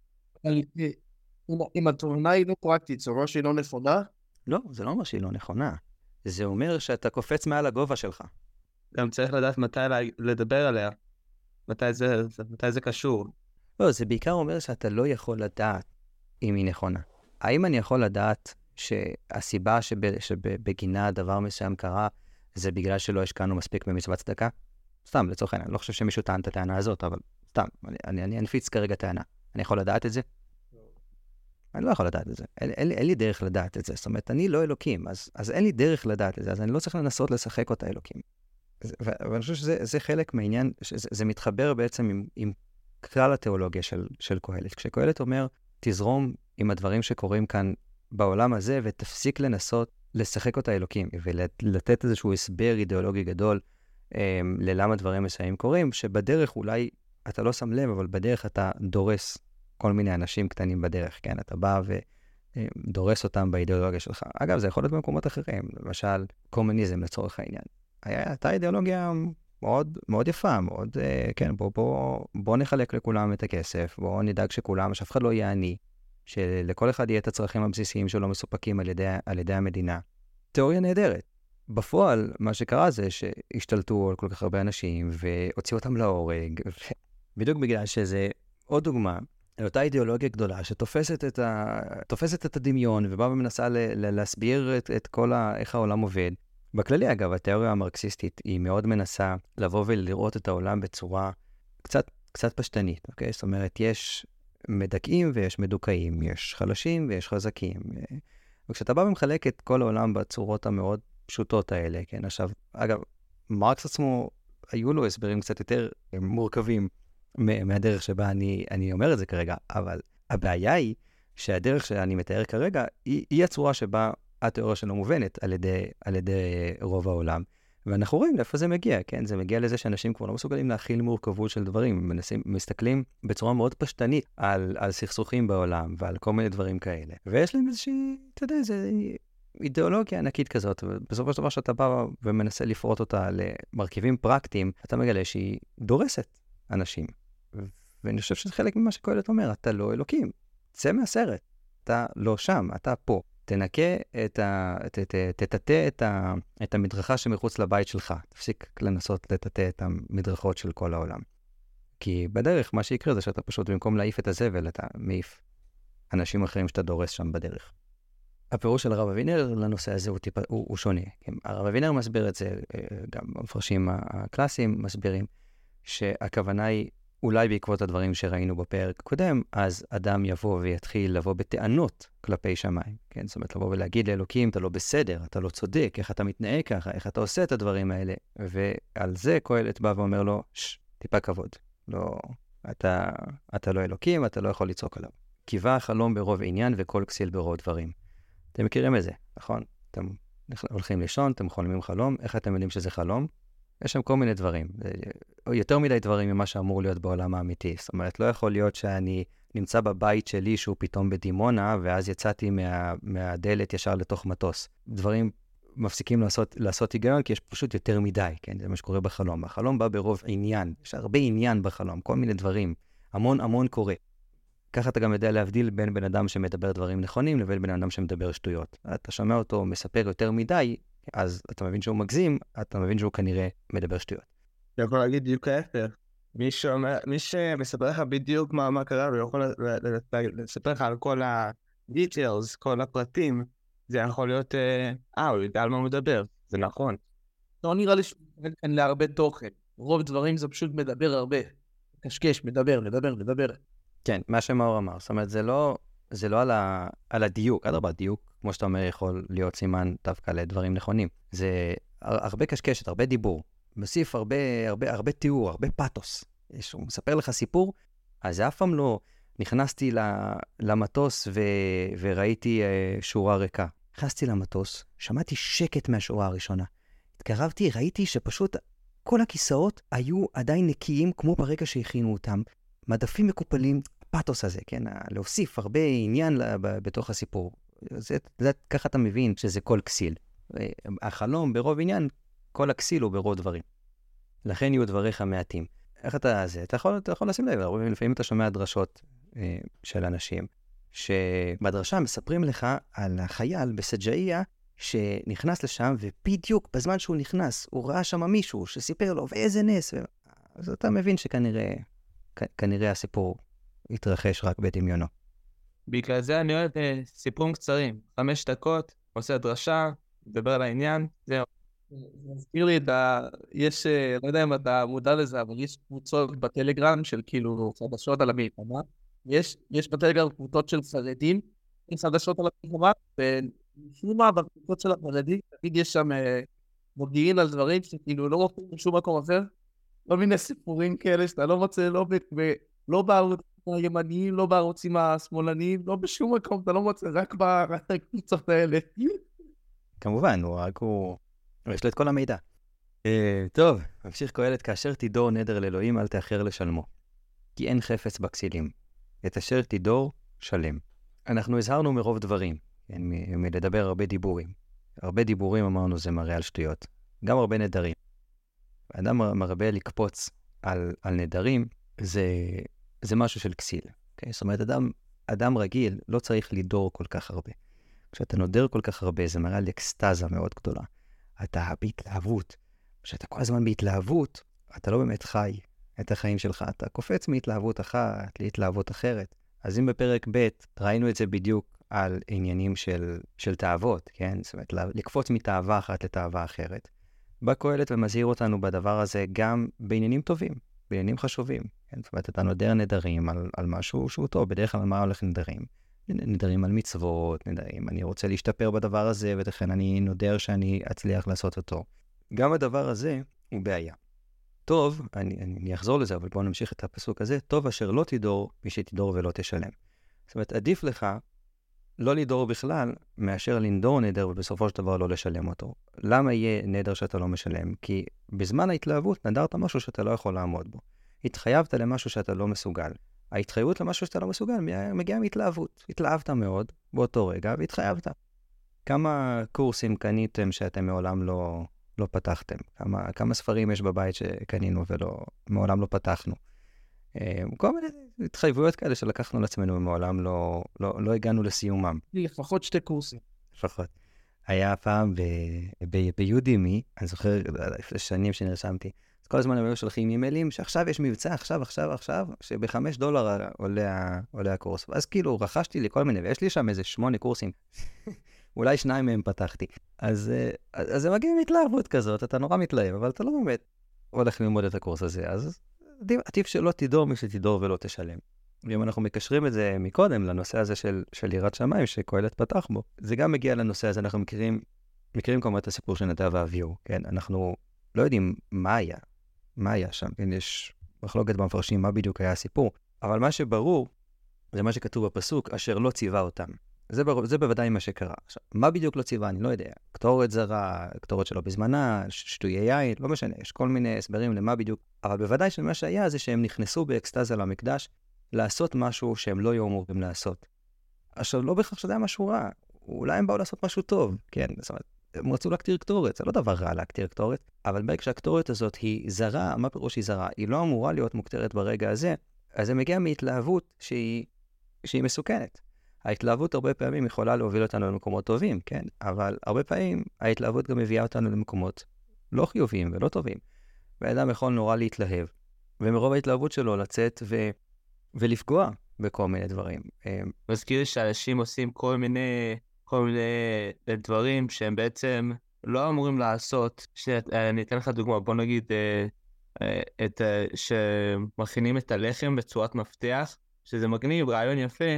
אם התובנה היא לא פרקטית, זה אומר שהיא לא נכונה? לא, זה לא אומר שהיא לא נכונה. זה אומר שאתה קופץ מעל הגובה שלך. גם צריך לדעת מתי לדבר עליה, מתי זה, מתי זה קשור. לא, זה בעיקר אומר שאתה לא יכול לדעת אם היא נכונה. האם אני יכול לדעת שהסיבה שב, שבגינה דבר מסוים קרה, זה בגלל שלא השקענו מספיק במצוות צדקה? סתם, לצורך העניין, אני לא חושב שמישהו טען את הטענה הזאת, אבל סתם, אני, אני, אני אנפיץ כרגע טענה. אני יכול לדעת את זה? אני לא יכול לדעת את זה. אין, אין, אין לי דרך לדעת את זה. זאת אומרת, אני לא אלוקים, אז, אז אין לי דרך לדעת את זה, אז אני לא צריך לנסות לשחק אותה אלוקים. ואני חושב שזה זה חלק מהעניין, שזה, זה מתחבר בעצם עם, עם כלל התיאולוגיה של, של קהלת. כשקהלת אומר, תזרום עם הדברים שקורים כאן בעולם הזה, ותפסיק לנסות לשחק אותה אלוקים, ולתת איזשהו הסבר אידיאולוגי גדול um, ללמה דברים מסוימים קורים, שבדרך אולי אתה לא שם לב, אבל בדרך אתה דורס כל מיני אנשים קטנים בדרך, כן? אתה בא ודורס אותם באידיאולוגיה שלך. אגב, זה יכול להיות במקומות אחרים, למשל, קומוניזם לצורך העניין. הייתה אידיאולוגיה מאוד, מאוד יפה, מאוד, כן, בוא, בוא, בוא נחלק לכולם את הכסף, בוא נדאג שכולם, שאף אחד לא יהיה עני, שלכל אחד יהיה את הצרכים הבסיסיים שלו מסופקים על ידי, על ידי המדינה. תיאוריה נהדרת. בפועל, מה שקרה זה שהשתלטו על כל כך הרבה אנשים, והוציאו אותם להורג, בדיוק בגלל שזה עוד דוגמה, אותה אידיאולוגיה גדולה שתופסת את, ה... תופסת את הדמיון, ובאה ומנסה ל... ל... להסביר את, את כל ה... איך העולם עובד. בכללי, אגב, התיאוריה המרקסיסטית היא מאוד מנסה לבוא ולראות את העולם בצורה קצת, קצת פשטנית, אוקיי? זאת אומרת, יש מדכאים ויש מדוכאים, יש חלשים ויש חזקים. וכשאתה בא ומחלק את כל העולם בצורות המאוד פשוטות האלה, כן? עכשיו, אגב, מרקס עצמו, היו לו הסברים קצת יותר מורכבים מהדרך שבה אני, אני אומר את זה כרגע, אבל הבעיה היא שהדרך שאני מתאר כרגע היא, היא הצורה שבה התיאוריה שלו מובנת על ידי, על ידי רוב העולם. ואנחנו רואים לאיפה זה מגיע, כן? זה מגיע לזה שאנשים כבר לא מסוגלים להכיל מורכבות של דברים, מנסים, מסתכלים בצורה מאוד פשטנית על, על סכסוכים בעולם ועל כל מיני דברים כאלה. ויש להם איזושהי, אתה יודע, איזו אידיאולוגיה ענקית כזאת, ובסופו של דבר שאתה בא ומנסה לפרוט אותה למרכיבים פרקטיים, אתה מגלה שהיא דורסת אנשים. ואני חושב שזה חלק ממה שקהלת אומר, אתה לא אלוקים, צא מהסרט, אתה לא שם, אתה פה. תנקה את ה... ת, ת, תטטא את, ה, את המדרכה שמחוץ לבית שלך. תפסיק לנסות לטטא את המדרכות של כל העולם. כי בדרך מה שיקרה זה שאתה פשוט במקום להעיף את הזבל, אתה מעיף אנשים אחרים שאתה דורס שם בדרך. הפירוש של הרב אבינר לנושא הזה הוא, טיפה, הוא, הוא שונה. הרב אבינר מסביר את זה, גם המפרשים הקלאסיים מסבירים, שהכוונה היא אולי בעקבות הדברים שראינו בפרק קודם, אז אדם יבוא ויתחיל לבוא בטענות כלפי שמיים. כן? זאת אומרת, לבוא ולהגיד לאלוקים, אתה לא בסדר, אתה לא צודק, איך אתה מתנהג ככה, איך אתה עושה את הדברים האלה. ועל זה קהלת בא ואומר לו, ש, טיפה כבוד. לא, אתה, אתה לא אלוקים, אתה לא יכול לצעוק עליו. קיווה החלום ברוב עניין וכל כסיל ברוב דברים. אתם מכירים את זה, נכון? אתם הולכים לישון, אתם חולמים חלום, איך אתם יודעים שזה חלום? יש שם כל מיני דברים, יותר מדי דברים ממה שאמור להיות בעולם האמיתי. זאת אומרת, לא יכול להיות שאני נמצא בבית שלי שהוא פתאום בדימונה, ואז יצאתי מה, מהדלת ישר לתוך מטוס. דברים מפסיקים לעשות, לעשות היגיון, כי יש פשוט יותר מדי, כן? זה מה שקורה בחלום. החלום בא ברוב עניין, יש הרבה עניין בחלום, כל מיני דברים, המון המון קורה. ככה אתה גם יודע להבדיל בין בן אדם שמדבר דברים נכונים, לבין בן אדם שמדבר שטויות. אתה שומע אותו מספר יותר מדי, אז אתה מבין שהוא מגזים, אתה מבין שהוא כנראה מדבר שטויות. אני יכול להגיד בדיוק ההפך. מי, שאומר, מי שמספר לך בדיוק מה, מה קרה, הוא יכול לספר לך על כל ה-details, כל הפרטים, זה יכול להיות, אה, הוא יודע על מה הוא מדבר, זה נכון. לא נראה לי שאין להרבה תוכן. רוב דברים זה פשוט מדבר הרבה. קשקש, מדבר, מדבר, מדבר. כן, מה שמאור אמר. זאת אומרת, זה לא, זה לא על, ה, על הדיוק. עד הרבה דיוק, כמו שאתה אומר, יכול להיות סימן דווקא לדברים נכונים. זה הרבה קשקשת, הרבה דיבור. מוסיף הרבה, הרבה, הרבה תיאור, הרבה פאטוס. הוא מספר לך סיפור, אז אף פעם לא נכנסתי למטוס ו, וראיתי שורה ריקה. נכנסתי למטוס, שמעתי שקט מהשורה הראשונה. התקרבתי, ראיתי שפשוט כל הכיסאות היו עדיין נקיים כמו ברגע שהכינו אותם. מדפים מקופלים, פאטוס הזה, כן? להוסיף הרבה עניין בתוך הסיפור. זה, זה, ככה אתה מבין שזה כל כסיל. החלום ברוב עניין, כל הכסיל הוא ברוב דברים. לכן יהיו דבריך מעטים. איך אתה זה? אתה יכול, אתה יכול לשים לב, לפעמים אתה שומע דרשות אה, של אנשים, שבדרשה מספרים לך על החייל בסג'איה, שנכנס לשם, ובדיוק בזמן שהוא נכנס, הוא ראה שם מישהו שסיפר לו, ואיזה נס. ו... אז אתה מבין שכנראה, כ- כנראה הסיפור התרחש רק בדמיונו. בגלל זה אני אוהב אה, סיפורים קצרים, חמש דקות, עושה דרשה, מדבר על העניין, זהו. מזכיר לי את ה... יש, אה, לא יודע אם אתה מודע לזה, אבל יש קבוצות בטלגרם של כאילו חדשות על המלחמה. יש, יש בטלגרם קבוצות של חרדים, עם חדשות על המלחמה, ומשום מה בקבוצות של החרדים, תמיד יש שם אה, מודיעין על דברים שכאילו לא מופיעים בשום מקום אחר, כל מיני סיפורים כאלה שאתה לא מוצא, לא, ב... ב... לא בערוצים הימניים, לא בערוצים השמאלניים, לא בשום מקום, אתה לא מוצא, רק בקבוצות האלה. כמובן, הוא רק הוא... יש לו את כל המידע. אה, טוב, ממשיך קהלת, כאשר תידור נדר לאלוהים, אל תאחר לשלמו. כי אין חפץ בכסילים. את אשר תידור, שלם. אנחנו הזהרנו מרוב דברים, כן, מ- מלדבר הרבה דיבורים. הרבה דיבורים אמרנו זה מראה על שטויות. גם הרבה נדרים. האדם מרבה לקפוץ על, על נדרים, זה, זה משהו של כסיל. Okay? זאת אומרת, אדם, אדם רגיל לא צריך לדור כל כך הרבה. כשאתה נודר כל כך הרבה, זה מראה על אקסטאזה מאוד גדולה. אתה בהתלהבות. כשאתה כל הזמן בהתלהבות, אתה לא באמת חי את החיים שלך. אתה קופץ מהתלהבות אחת להתלהבות אחרת. אז אם בפרק ב' ראינו את זה בדיוק על עניינים של, של תאוות, כן? זאת אומרת, לקפוץ מתאווה אחת לתאווה אחרת. בא קהלת ומזהיר אותנו בדבר הזה גם בעניינים טובים, בעניינים חשובים. כן? זאת אומרת, אתה נודר נדרים על, על משהו שהוא טוב. בדרך כלל מה הולך נדרים? נדרים על מצוות, נדרים, אני רוצה להשתפר בדבר הזה, ולכן אני נודר שאני אצליח לעשות אותו. גם הדבר הזה הוא בעיה. טוב, אני, אני אחזור לזה, אבל בואו נמשיך את הפסוק הזה, טוב אשר לא תדור, מי שתדור ולא תשלם. זאת אומרת, עדיף לך לא לדור בכלל, מאשר לנדור נדר, ובסופו של דבר לא לשלם אותו. למה יהיה נדר שאתה לא משלם? כי בזמן ההתלהבות נדרת משהו שאתה לא יכול לעמוד בו. התחייבת למשהו שאתה לא מסוגל. ההתחייבות למשהו שאתה לא מסוגל מגיעה מהתלהבות. התלהבת מאוד באותו רגע והתחייבת. כמה קורסים קניתם שאתם מעולם לא, לא פתחתם? כמה, כמה ספרים יש בבית שקנינו ומעולם לא פתחנו? כל מיני התחייבויות כאלה שלקחנו לעצמנו ומעולם לא, לא, לא הגענו לסיומם. לפחות שתי קורסים. לפחות. היה פעם ביודימי, אני זוכר לפני שנים שנרשמתי, אז כל הזמן הם היו שולחים אימיילים שעכשיו יש מבצע, עכשיו, עכשיו, עכשיו, שבחמש דולר עולה, עולה הקורס. אז כאילו רכשתי לי כל מיני, ויש לי שם איזה שמונה קורסים. אולי שניים מהם פתחתי. אז, אז זה מגיע מתלהבות כזאת, אתה נורא מתלהב, אבל אתה לא באמת הולך ללמוד את הקורס הזה. אז עדיף שלא תדור מי שתדור ולא תשלם. ואם אנחנו מקשרים את זה מקודם לנושא הזה של, של יראת שמיים שקהלת פתח בו, זה גם מגיע לנושא הזה, אנחנו מכירים, מכירים כמובן את הסיפור של נדב ואביהו, כן? אנחנו לא יודעים מה היה, מה היה שם, כן? יש מחלוקת במפרשים מה בדיוק היה הסיפור, אבל מה שברור, זה מה שכתוב בפסוק, אשר לא ציווה אותם. זה, בר... זה בוודאי מה שקרה. עכשיו, מה בדיוק לא ציווה? אני לא יודע. קטורת זרה, קטורת שלא בזמנה, שטויי יין, לא משנה, יש כל מיני הסברים למה בדיוק, אבל בוודאי שמה שהיה זה שהם נכנסו באקסטזה למקדש, לעשות משהו שהם לא היו אמורים לעשות. עכשיו, לא בכך שזה היה משהו רע. אולי הם באו לעשות משהו טוב, כן? זאת אומרת, הם רצו להקטיר קטורת. זה לא דבר רע להקטיר קטורת, אבל ברגע שהקטורת הזאת היא זרה, מה פירוש היא זרה? היא לא אמורה להיות מוקטרת ברגע הזה, אז זה מגיע מהתלהבות שהיא, שהיא מסוכנת. ההתלהבות הרבה פעמים יכולה להוביל אותנו למקומות טובים, כן? אבל הרבה פעמים ההתלהבות גם מביאה אותנו למקומות לא חיוביים ולא טובים. והאדם יכול נורא להתלהב, ומרוב ההתלהבות שלו לצאת ו... ולפגוע בכל מיני דברים. מזכיר שאנשים עושים כל מיני, כל מיני דברים שהם בעצם לא אמורים לעשות. אני אתן לך דוגמה, בוא נגיד, את, שמכינים את הלחם בצורת מפתח, שזה מגניב, רעיון יפה,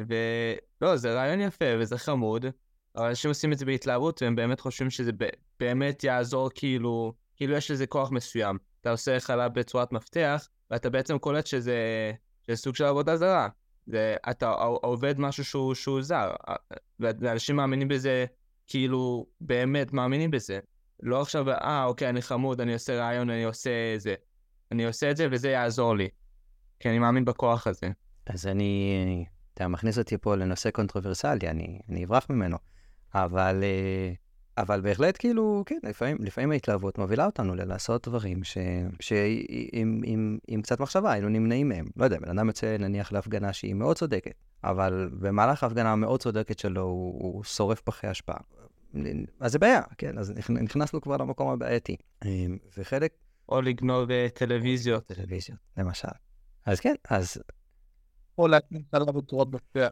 ולא, זה רעיון יפה וזה חמוד, אבל אנשים עושים את זה בהתלהבות, והם באמת חושבים שזה באמת יעזור, כאילו, כאילו יש לזה כוח מסוים. אתה עושה חלב בצורת מפתח, ואתה בעצם קולט שזה... שזה סוג של עבודה זרה. זה, אתה עובד משהו שהוא, שהוא זר. ואנשים מאמינים בזה, כאילו, באמת מאמינים בזה. לא עכשיו, אה, אוקיי, אני חמוד, אני עושה רעיון, אני עושה זה. אני עושה את זה וזה יעזור לי. כי אני מאמין בכוח הזה. אז אני, אתה מכניס אותי פה לנושא קונטרוברסלי, אני, אני אברח ממנו. אבל, אבל בהחלט כאילו, כן, לפעמים, לפעמים ההתלהבות מובילה אותנו ללעשות דברים ש, שעם, עם, עם קצת מחשבה היינו נמנעים מהם. לא יודע, בן אדם יוצא נניח להפגנה שהיא מאוד צודקת, אבל במהלך ההפגנה המאוד צודקת שלו הוא, הוא שורף פחי השפעה. אז זה בעיה, כן, אז נכנסנו כבר למקום הבעייתי. וחלק... או לגנוב טלוויזיות. טלוויזיות, למשל. אז כן, אז... או להקנות עליו בצורות בפיה.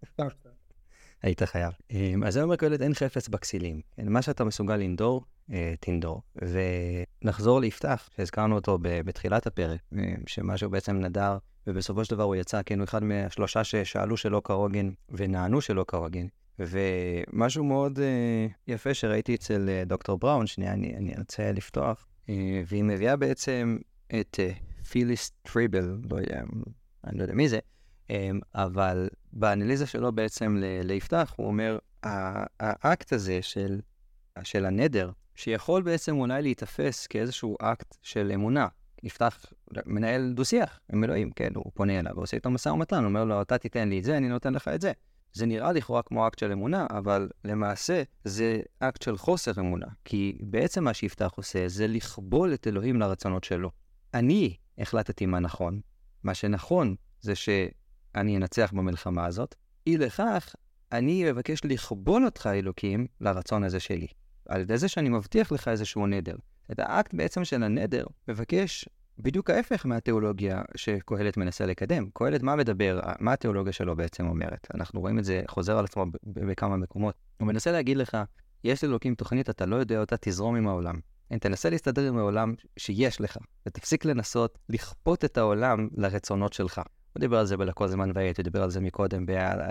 היית חייב. אז זה אומר קהלת, אין חפץ בכסילים. מה שאתה מסוגל לנדור, תנדור. ונחזור ליפתח, שהזכרנו אותו בתחילת הפרק, שמשהו בעצם נדר, ובסופו של דבר הוא יצא, כן, הוא אחד מהשלושה ששאלו שלא כרוגן, ונענו שלא כרוגן. ומשהו מאוד יפה שראיתי אצל דוקטור בראון, שנייה, אני, אני רוצה לפתוח, והיא מביאה בעצם את פיליס טריבל, לא יודע, אני לא יודע מי זה, אבל באנליזה שלו בעצם ליפתח, הוא אומר, האקט הזה של, של הנדר, שיכול בעצם אולי להתאפס כאיזשהו אקט של אמונה. יפתח מנהל דו-שיח עם אלוהים, כן, הוא פונה אליו, ועושה איתו משא ומתן, הוא אומר לו, אתה תיתן לי את זה, אני נותן לך את זה. זה נראה לכאורה כמו אקט של אמונה, אבל למעשה זה אקט של חוסר אמונה, כי בעצם מה שיפתח עושה זה לכבול את אלוהים לרצונות שלו. אני החלטתי מה נכון, מה שנכון זה שאני אנצח במלחמה הזאת, אי לכך אני מבקש לכבול אותך אלוקים לרצון הזה שלי, על ידי זה שאני מבטיח לך איזשהו נדר. את האקט בעצם של הנדר מבקש בדיוק ההפך מהתיאולוגיה שקהלת מנסה לקדם. קהלת מה מדבר, מה התיאולוגיה שלו בעצם אומרת? אנחנו רואים את זה חוזר על עצמו בכמה מקומות. הוא מנסה להגיד לך, יש לאלוקים תוכנית, אתה לא יודע אותה, תזרום עם העולם. תנסה להסתדר עם העולם שיש לך, ותפסיק לנסות לכפות את העולם לרצונות שלך. הוא דיבר על זה בלכל זמן ועת, הוא דיבר על זה מקודם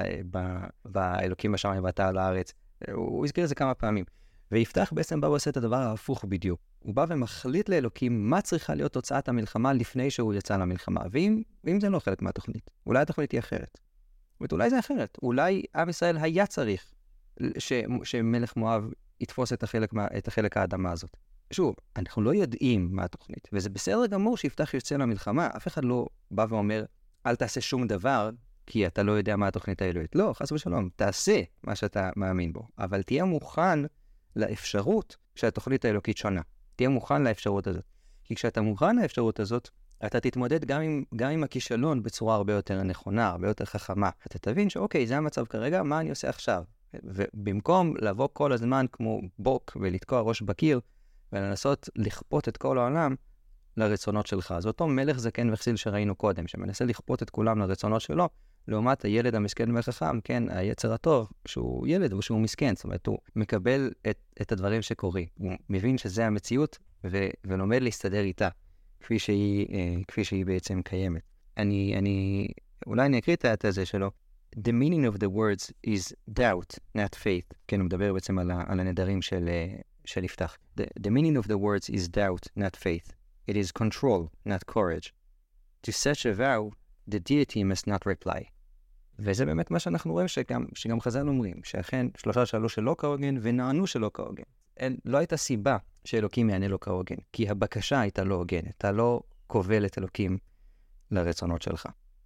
באלוקים בשמיים ואתה על הארץ. הוא הזכיר את זה כמה פעמים. ויפתח בעצם בא ועושה את הדבר ההפוך בדיוק. הוא בא ומחליט לאלוקים מה צריכה להיות תוצאת המלחמה לפני שהוא יצא למלחמה. ואם, ואם זה לא חלק מהתוכנית, אולי התוכנית היא אחרת. ואולי זה אחרת. אולי עם ישראל היה צריך ש, שמלך מואב יתפוס את החלק, את החלק האדמה הזאת. שוב, אנחנו לא יודעים מה התוכנית, וזה בסדר גמור שיפתח יוצא למלחמה. אף אחד לא בא ואומר, אל תעשה שום דבר, כי אתה לא יודע מה התוכנית האלוהית. לא, חס ושלום, תעשה מה שאתה מאמין בו. אבל תהיה מוכן לאפשרות שהתוכנית האלוקית שונה. תהיה מוכן לאפשרות הזאת. כי כשאתה מוכן לאפשרות הזאת, אתה תתמודד גם עם, גם עם הכישלון בצורה הרבה יותר נכונה, הרבה יותר חכמה. אתה תבין שאוקיי, זה המצב כרגע, מה אני עושה עכשיו? ובמקום לבוא כל הזמן כמו בוק ולתקוע ראש בקיר, ולנסות לכפות את כל העולם לרצונות שלך. זה אותו מלך זקן וכסיל שראינו קודם, שמנסה לכפות את כולם לרצונות שלו, לעומת הילד המסכן והחכם, כן, היצר הטוב, שהוא ילד ושהוא מסכן, זאת אומרת, הוא מקבל את, את הדברים שקורים. הוא מבין שזה המציאות ו, ולומד להסתדר איתה, כפי שהיא, אה, כפי שהיא בעצם קיימת. אני, אני, אולי אני אקריא את התזה שלו. The meaning of the words is doubt, not faith. כן, הוא מדבר בעצם על, על הנדרים של, של יפתח. The, the meaning of the words is doubt, not faith. It is control, not courage. To such a vow, the deity must not reply. וזה באמת מה שאנחנו רואים שגם, שגם חז"ל אומרים, שאכן שלושה שאלו שלא כהוגן ונענו שלא כהוגן. אין, לא הייתה סיבה שאלוקים יענה לו כהוגן, כי הבקשה הייתה לא הוגנת, אתה לא כובל את אלוקים לרצונות שלך.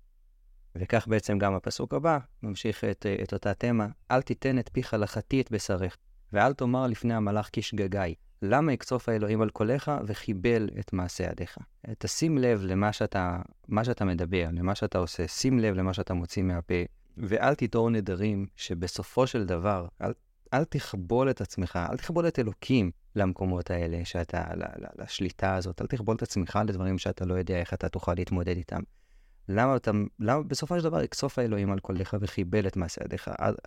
וכך בעצם גם הפסוק הבא ממשיך את, את אותה תמה, אל תיתן את פיך לחתי את בשרך, ואל תאמר לפני המלאך כשגגאי, למה יקצוף האלוהים על קולך וחיבל את מעשה ידיך. תשים לב למה שאתה, מה שאתה מדבר, למה שאתה עושה, שים לב למה שאתה מוציא מהפה, ואל תיטור נדרים שבסופו של דבר, אל, אל תכבול את עצמך, אל תכבול את אלוקים למקומות האלה, שאתה, לשליטה הזאת, אל תכבול את עצמך לדברים שאתה לא יודע איך אתה תוכל להתמודד איתם. למה אתה, למה בסופו של דבר יקצוף האלוהים על קולך וחיבל את מעשה ידיך?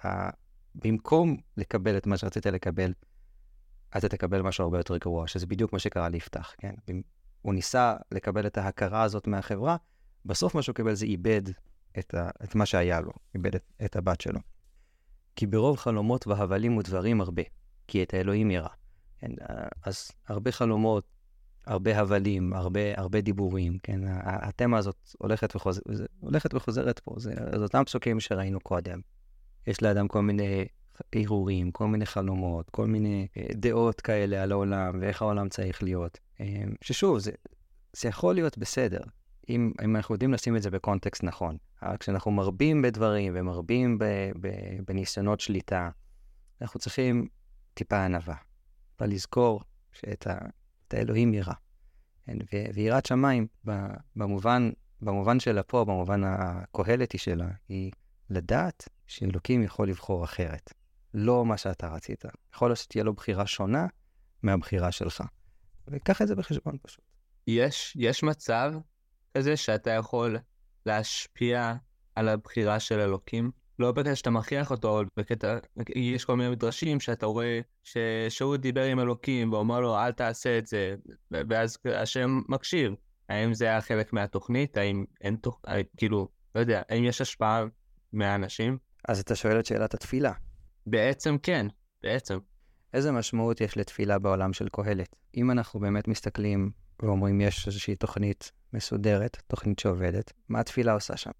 במקום לקבל את מה שרצית לקבל, אתה תקבל משהו הרבה יותר גרוע, שזה בדיוק מה שקרה ליפתח, כן? הוא ניסה לקבל את ההכרה הזאת מהחברה, בסוף מה שהוא קיבל זה איבד את, ה, את מה שהיה לו, איבד את, את הבת שלו. כי ברוב חלומות והבלים ודברים הרבה, כי את האלוהים ירא. כן? אז הרבה חלומות, הרבה הבלים, הרבה, הרבה דיבורים, כן? התמה הזאת הולכת, וחוז... הולכת וחוזרת פה, זה, זה אותם פסוקים שראינו קודם. יש לאדם כל מיני עירורים, כל מיני חלומות, כל מיני דעות כאלה על העולם, ואיך העולם צריך להיות. ששוב, זה, זה יכול להיות בסדר, אם, אם אנחנו יודעים לשים את זה בקונטקסט נכון. כשאנחנו מרבים בדברים ומרבים ב, ב, בניסיונות שליטה, אנחנו צריכים טיפה ענווה. אבל לזכור שאת ה, את האלוהים ירא. ויראת שמיים, במובן, במובן שלה פה, במובן הקהלתי שלה, היא לדעת שאלוקים יכול לבחור אחרת. לא מה שאתה רצית. יכול להיות שתהיה לו בחירה שונה מהבחירה שלך. וקח את זה בחשבון פשוט. יש, יש מצב כזה שאתה יכול להשפיע על הבחירה של אלוקים? לא בקטע שאתה מכריח אותו, אבל בקטע, יש כל מיני מדרשים שאתה רואה ששאול דיבר עם אלוקים ואומר לו אל תעשה את זה, ואז השם מקשיב. האם זה היה חלק מהתוכנית? האם אין תוכנית? כאילו, לא יודע, האם יש השפעה מהאנשים? אז אתה שואל את שאלת התפילה. בעצם כן, בעצם. איזה משמעות יש לתפילה בעולם של קהלת? אם אנחנו באמת מסתכלים ואומרים יש איזושהי תוכנית מסודרת, תוכנית שעובדת, מה התפילה עושה שם?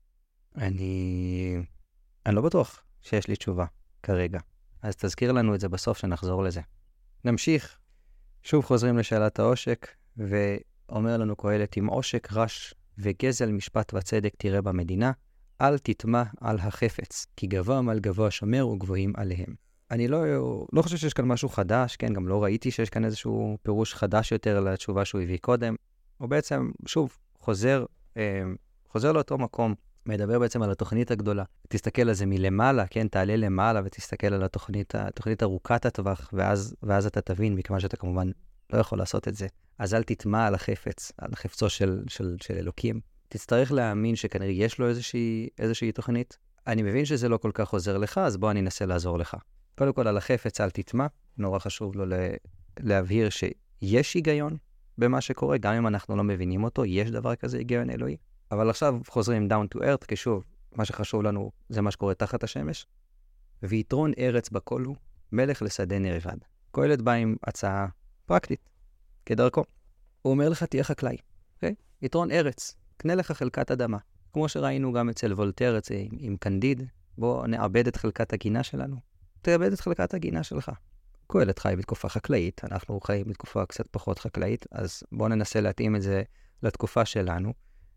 אני... אני לא בטוח שיש לי תשובה כרגע. אז תזכיר לנו את זה בסוף שנחזור לזה. נמשיך. שוב חוזרים לשאלת העושק, ואומר לנו קהלת, עם עושק רש וגזל משפט וצדק תראה במדינה, אל תטמע על החפץ, כי גבוה מעל גבוה שומר וגבוהים עליהם. אני לא, לא חושב שיש כאן משהו חדש, כן, גם לא ראיתי שיש כאן איזשהו פירוש חדש יותר לתשובה שהוא הביא קודם. הוא בעצם, שוב, חוזר, אה, חוזר לאותו מקום, מדבר בעצם על התוכנית הגדולה. תסתכל על זה מלמעלה, כן, תעלה למעלה ותסתכל על התוכנית, התוכנית ארוכת הטווח, ואז, ואז אתה תבין, מכיוון שאתה כמובן לא יכול לעשות את זה. אז אל תטמע על החפץ, על חפצו של, של, של אלוקים. תצטרך להאמין שכנראה יש לו איזושהי, איזושהי תוכנית. אני מבין שזה לא כל כך עוזר לך, אז בוא אני אנסה לעזור לך. קודם כל, על החפץ אל תטמע. נורא חשוב לו להבהיר שיש היגיון במה שקורה, גם אם אנחנו לא מבינים אותו, יש דבר כזה היגיון אלוהי. אבל עכשיו חוזרים down to earth, כי שוב, מה שחשוב לנו זה מה שקורה תחת השמש. ויתרון ארץ בכל הוא, מלך לשדה נרבד. קהלת בא עם הצעה פרקטית, כדרכו. הוא אומר לך, תהיה חקלאי. Okay? יתרון ארץ, קנה לך חלקת אדמה. כמו שראינו גם אצל וולטר, עם, עם קנדיד, בוא נאבד את חלקת הגינה שלנו. תאבד את חלקת הגינה שלך. קהלת חי בתקופה חקלאית, אנחנו חיים בתקופה קצת פחות חקלאית, אז בוא ננסה להתאים את זה לתקופה שלנו.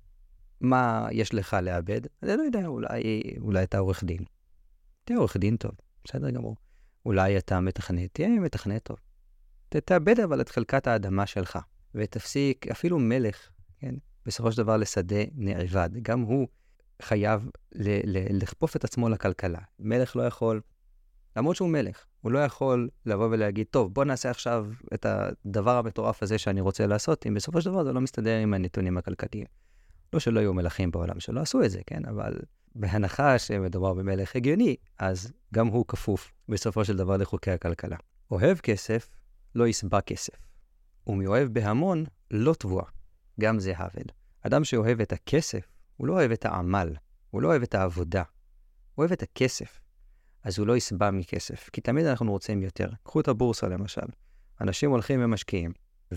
מה יש לך לאבד? אני לא יודע, אולי, אולי אתה עורך דין. תהיה עורך דין טוב, בסדר גמור. אולי אתה מתכנת, תהיה מתכנת טוב. ת, תאבד אבל את חלקת האדמה שלך, ותפסיק, אפילו מלך, כן? בסופו של דבר לשדה נאבד. גם הוא חייב ל- ל- לכפוף את עצמו לכלכלה. מלך לא יכול, למרות שהוא מלך, הוא לא יכול לבוא ולהגיד, טוב, בוא נעשה עכשיו את הדבר המטורף הזה שאני רוצה לעשות, אם בסופו של דבר זה לא מסתדר עם הנתונים הכלכליים. לא שלא היו מלכים בעולם שלא עשו את זה, כן? אבל בהנחה שמדובר במלך הגיוני, אז גם הוא כפוף בסופו של דבר לחוקי הכלכלה. אוהב כסף, לא יסבע כסף. ומאוהב בהמון, לא תבוע. גם זה הבל. אדם שאוהב את הכסף, הוא לא אוהב את העמל, הוא לא אוהב את העבודה, הוא אוהב את הכסף. אז הוא לא יסבע מכסף, כי תמיד אנחנו רוצים יותר. קחו את הבורסה למשל. אנשים הולכים ומשקיעים,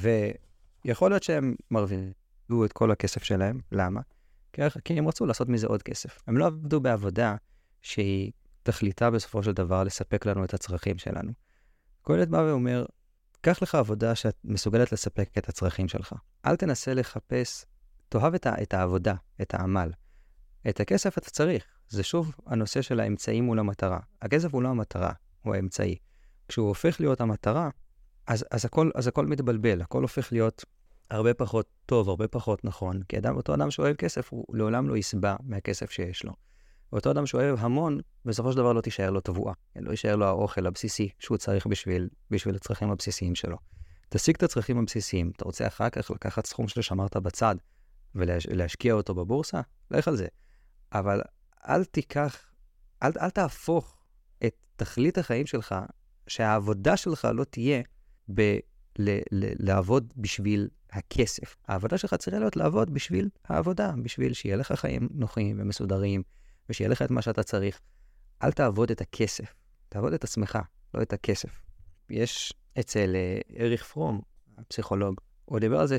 ויכול להיות שהם מרוויחים את כל הכסף שלהם. למה? כי הם רצו לעשות מזה עוד כסף. הם לא עבדו בעבודה שהיא תכליתה בסופו של דבר לספק לנו את הצרכים שלנו. קהלת בא ואומר, קח לך עבודה שאת מסוגלת לספק את הצרכים שלך. אל תנסה לחפש, תאהב את, ה- את העבודה, את העמל. את הכסף אתה צריך. זה שוב הנושא של האמצעים מול המטרה. הכסף הוא לא המטרה, הוא האמצעי. כשהוא הופך להיות המטרה, אז, אז, הכל, אז הכל מתבלבל, הכל הופך להיות הרבה פחות טוב, הרבה פחות נכון. כי אדם, אותו אדם שאוהב כסף, הוא לעולם לא יסבע מהכסף שיש לו. ואותו אדם שאוהב המון, בסופו של דבר לא תישאר לו תבואה. לא יישאר לו האוכל הבסיסי שהוא צריך בשביל, בשביל הצרכים הבסיסיים שלו. תשיג את הצרכים הבסיסיים. אתה רוצה אחר כך לקחת סכום ששמרת בצד ולהשקיע אותו בבורסה? לך על זה. אבל אל תיקח, אל, אל תהפוך את תכלית החיים שלך, שהעבודה שלך לא תהיה ב, ל, ל, לעבוד בשביל הכסף. העבודה שלך צריכה להיות לעבוד בשביל העבודה, בשביל שיהיה לך חיים נוחים ומסודרים, ושיהיה לך את מה שאתה צריך. אל תעבוד את הכסף, תעבוד את עצמך, לא את הכסף. יש אצל אריך פרום, הפסיכולוג, הוא דיבר על זה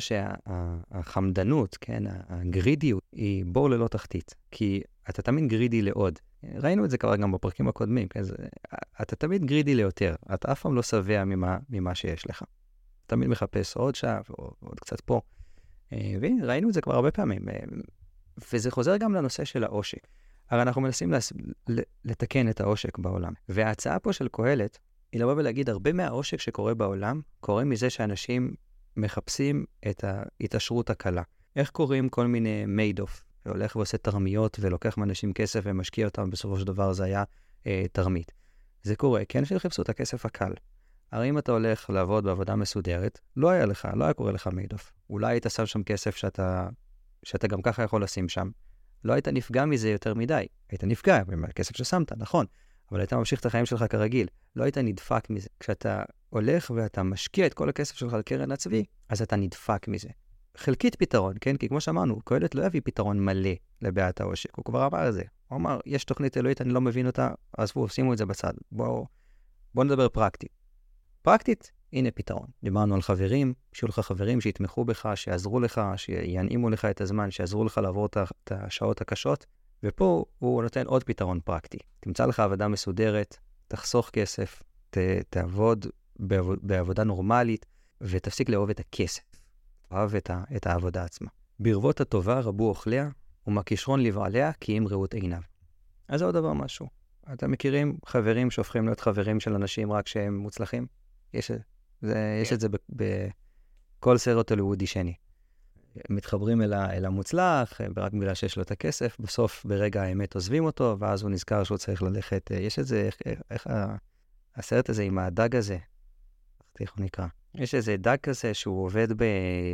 שהחמדנות, כן, הגרידיות, היא בור ללא תחתית, כי אתה תמיד גרידי לעוד. ראינו את זה כבר גם בפרקים הקודמים, כן? אתה תמיד גרידי ליותר, אתה אף פעם לא שבע ממה, ממה שיש לך. תמיד מחפש עוד שעה ועוד קצת פה. והנה, ראינו את זה כבר הרבה פעמים. וזה חוזר גם לנושא של העושק. הרי אנחנו מנסים לס... לתקן את העושק בעולם. וההצעה פה של קהלת, היא לבוא ולהגיד, הרבה מהעושק שקורה בעולם, קורה מזה שאנשים מחפשים את ההתעשרות הקלה. איך קוראים כל מיני מיידוף? והולך ועושה תרמיות ולוקח מאנשים כסף ומשקיע אותם, בסופו של דבר זה היה אה, תרמית. זה קורה, כן שחיפשו את הכסף הקל. הרי אם אתה הולך לעבוד בעבודה מסודרת, לא היה לך, לא היה קורה לך מיידוף. אולי היית שם שם כסף שאתה, שאתה גם ככה יכול לשים שם. לא היית נפגע מזה יותר מדי. היית נפגע מהכסף ששמת, נכון. אבל היית ממשיך את החיים שלך כרגיל. לא היית נדפק מזה. כשאתה הולך ואתה משקיע את כל הכסף שלך על קרן הצבי, אז אתה נדפק מזה. חלקית פתרון, כן? כי כמו שאמרנו, קהלת לא יביא פתרון מלא לבעיית העושק. הוא כבר אמר את זה. הוא אמר, יש תוכנית אלוהית, אני לא מבין אותה, אז בואו, שימו את זה בצד. בואו, בואו נדבר פרקטית. פרקטית, הנה פתרון. דיברנו על חברים, שיהיו לך חברים שיתמכו בך, שיעזרו לך, שינעימו לך את הזמן, שיעזרו לך לעבור את השעות הקשות, ופה הוא נותן עוד פתרון פרקטי. תמצא לך עבודה מסודרת, תחסוך כסף, ת, תעבוד בעבוד, בעבודה נורמלית, ותפסיק לאהוב את הכסף. תאהב את, ה, את העבודה עצמה. ברבות הטובה רבו אוכליה, ומכישרון לבעליה כי אם ראות עיניו. אז זה עוד דבר משהו. אתם מכירים חברים שהופכים להיות חברים של אנשים רק שהם מוצלחים? יש, זה, יש את זה בכל סרט הוליוודי שני. מתחברים אל, אל המוצלח, רק בגלל שיש לו את הכסף, בסוף ברגע האמת עוזבים אותו, ואז הוא נזכר שהוא צריך ללכת. יש את זה, איך, איך הסרט הזה עם הדג הזה, איך הוא נקרא? יש איזה דג כזה שהוא עובד ב,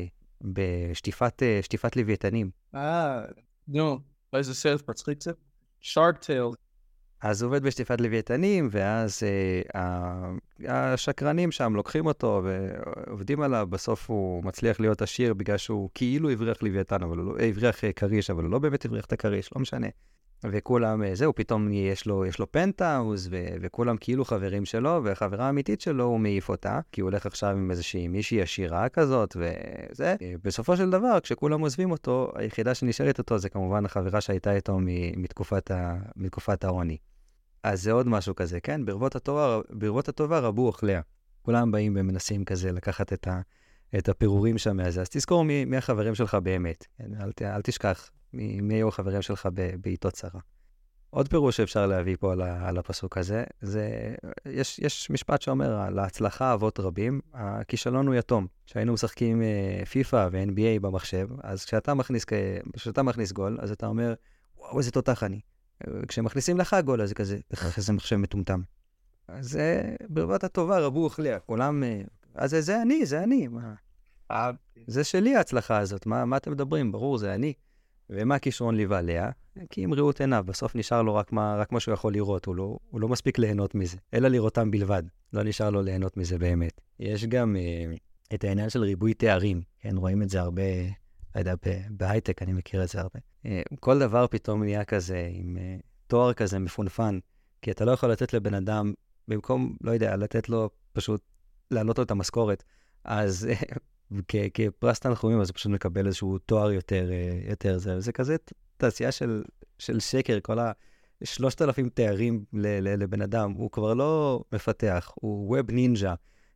בשטיפת שטיפת לוויתנים. אה, נו, איזה סרט מצחיק זה? שרק טייל. אז הוא עובד בשטיפת לוויתנים, ואז אה, השקרנים שם לוקחים אותו ועובדים עליו, בסוף הוא מצליח להיות עשיר בגלל שהוא כאילו הבריח לוויתן, אבל הוא לא, הבריח קריש, אבל הוא לא באמת הבריח את הקריש, לא משנה. וכולם, זהו, פתאום יש לו, יש לו פנטהאוז, ו- וכולם כאילו חברים שלו, והחברה האמיתית שלו הוא מעיף אותה, כי הוא הולך עכשיו עם איזושהי מישהי עשירה כזאת, וזה. בסופו של דבר, כשכולם עוזבים אותו, היחידה שנשארת אותו זה כמובן החברה שהייתה איתו מתקופת, ה- מתקופת העוני. אז זה עוד משהו כזה, כן? ברבות הטובה, ברבות הטובה רבו אוכליה. כולם באים ומנסים כזה לקחת את, ה- את הפירורים שם מהזה. אז תזכור מי, מי החברים שלך באמת. אל, ת- אל תשכח. מי היו החברים שלך בעיתות צרה. עוד פירוש שאפשר להביא פה על, על הפסוק הזה, זה, יש, יש משפט שאומר, להצלחה אבות רבים, הכישלון הוא יתום. כשהיינו משחקים פיפה ו-אן בי איי במחשב, אז כשאתה מכניס, כשאתה מכניס גול, אז אתה אומר, וואו, איזה תותח אני. כשמכניסים לך גול, אז זה כזה, איזה מחשב מטומטם. אז זה ברבות הטובה רבו אוכליה. כולם, אז זה, זה אני, זה אני. מה? זה שלי ההצלחה הזאת. מה, מה אתם מדברים? ברור, זה אני. ומה כישרון לבעליה? כי אם ראות עיניו, בסוף נשאר לו רק מה, רק מה שהוא יכול לראות, הוא לא, הוא לא מספיק ליהנות מזה, אלא לראותם בלבד, לא נשאר לו ליהנות מזה באמת. יש גם אה, את העניין של ריבוי תארים, כן, רואים את זה הרבה, לא יודע, בהייטק אני מכיר את זה הרבה. אה, כל דבר פתאום נהיה כזה, עם אה, תואר כזה מפונפן, כי אתה לא יכול לתת לבן אדם, במקום, לא יודע, לתת לו פשוט, להעלות לו את המשכורת, אז... כפרס תנחומים, אז הוא פשוט מקבל איזשהו תואר יותר, יותר זה. זה כזה תעשייה של, של שקר, כל ה-שלושת אלפים תארים לבן אדם. הוא כבר לא מפתח, הוא ווב נינג'ה,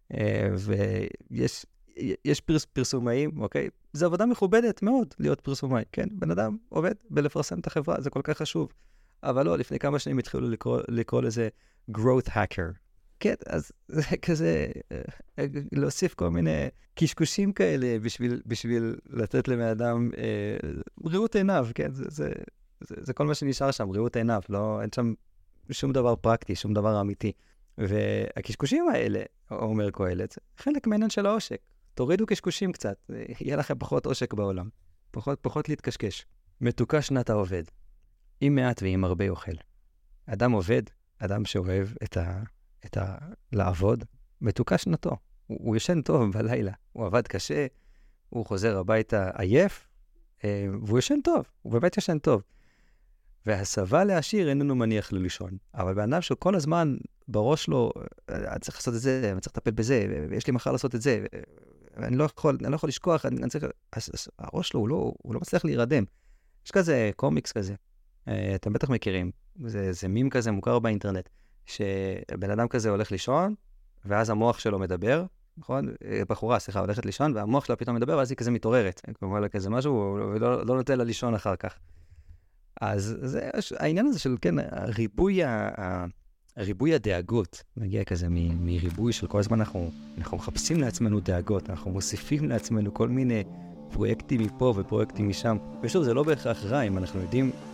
ויש יש פרס, פרסומאים, אוקיי? זו עבודה מכובדת מאוד להיות פרסומאי, כן? בן אדם עובד בלפרסם את החברה, זה כל כך חשוב. אבל לא, לפני כמה שנים התחילו לקרוא, לקרוא לזה growth hacker. כן, אז זה כזה, להוסיף כל מיני קשקושים כאלה בשביל, בשביל לתת לבן אדם אה, ראות עיניו, כן? זה, זה, זה, זה כל מה שנשאר שם, ראות עיניו, לא, אין שם שום דבר פרקטי, שום דבר אמיתי. והקשקושים האלה, אומר קהלת, חלק מהעניין של העושק. תורידו קשקושים קצת, יהיה לכם פחות עושק בעולם, פחות, פחות להתקשקש. מתוקה שנת העובד, עם מעט ועם הרבה אוכל. אדם עובד, אדם שאוהב את ה... את ה... לעבוד, מתוקה שנתו. הוא, הוא ישן טוב בלילה. הוא עבד קשה, הוא חוזר הביתה עייף, אה, והוא ישן טוב. הוא באמת ישן טוב. והסבה לעשיר איננו מניח ללישון. אבל באדם שכל הזמן בראש לו, אני צריך לעשות את זה, אני צריך לטפל בזה, ויש לי מחר לעשות את זה, ואני לא יכול, אני לא יכול לשכוח, אני, אני צריך... אז, אז הראש שלו, הוא לא, הוא לא מצליח להירדם. יש כזה קומיקס כזה. אה, אתם בטח מכירים. זה, זה מים כזה מוכר באינטרנט. שבן אדם כזה הולך לישון, ואז המוח שלו מדבר, נכון? בחורה, סליחה, הולכת לישון, והמוח שלה פתאום מדבר, ואז היא כזה מתעוררת. כלומר, כזה משהו, הוא לא, לא נותן לה לישון אחר כך. אז זה, העניין הזה של, כן, הריבוי, הריבוי הדאגות, מגיע כזה מ, מריבוי של כל הזמן אנחנו, אנחנו מחפשים לעצמנו דאגות, אנחנו מוסיפים לעצמנו כל מיני פרויקטים מפה ופרויקטים משם. ושוב, זה לא בהכרח רע, אם אנחנו יודעים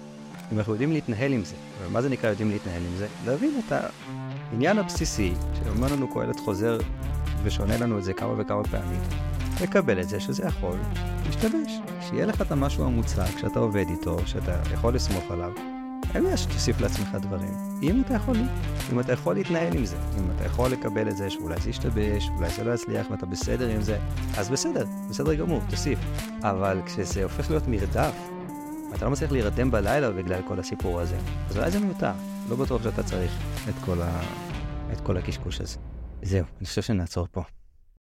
אם אנחנו יודעים להתנהל עם זה, ומה זה נקרא יודעים להתנהל עם זה? להבין את העניין הבסיסי, שאומר לנו קהלת חוזר ושונה לנו את זה כמה וכמה פעמים, לקבל את זה שזה יכול להשתבש. שיהיה לך את המשהו המוצק שאתה עובד איתו, שאתה יכול לסמוך עליו, אין מה שתוסיף לעצמך דברים. אם אתה יכול, אם אתה יכול להתנהל עם זה, אם אתה יכול לקבל את זה שאולי זה ישתבש, אולי זה לא יצליח ואתה בסדר עם זה, אז בסדר, בסדר גמור, תוסיף. אבל כשזה הופך להיות מרדף, אתה לא מצליח להירדם בלילה בגלל כל הסיפור הזה, אז אולי זה מיותר. לא בטוח שאתה צריך את כל, ה... את כל הקשקוש הזה. זהו, אני חושב שנעצור פה.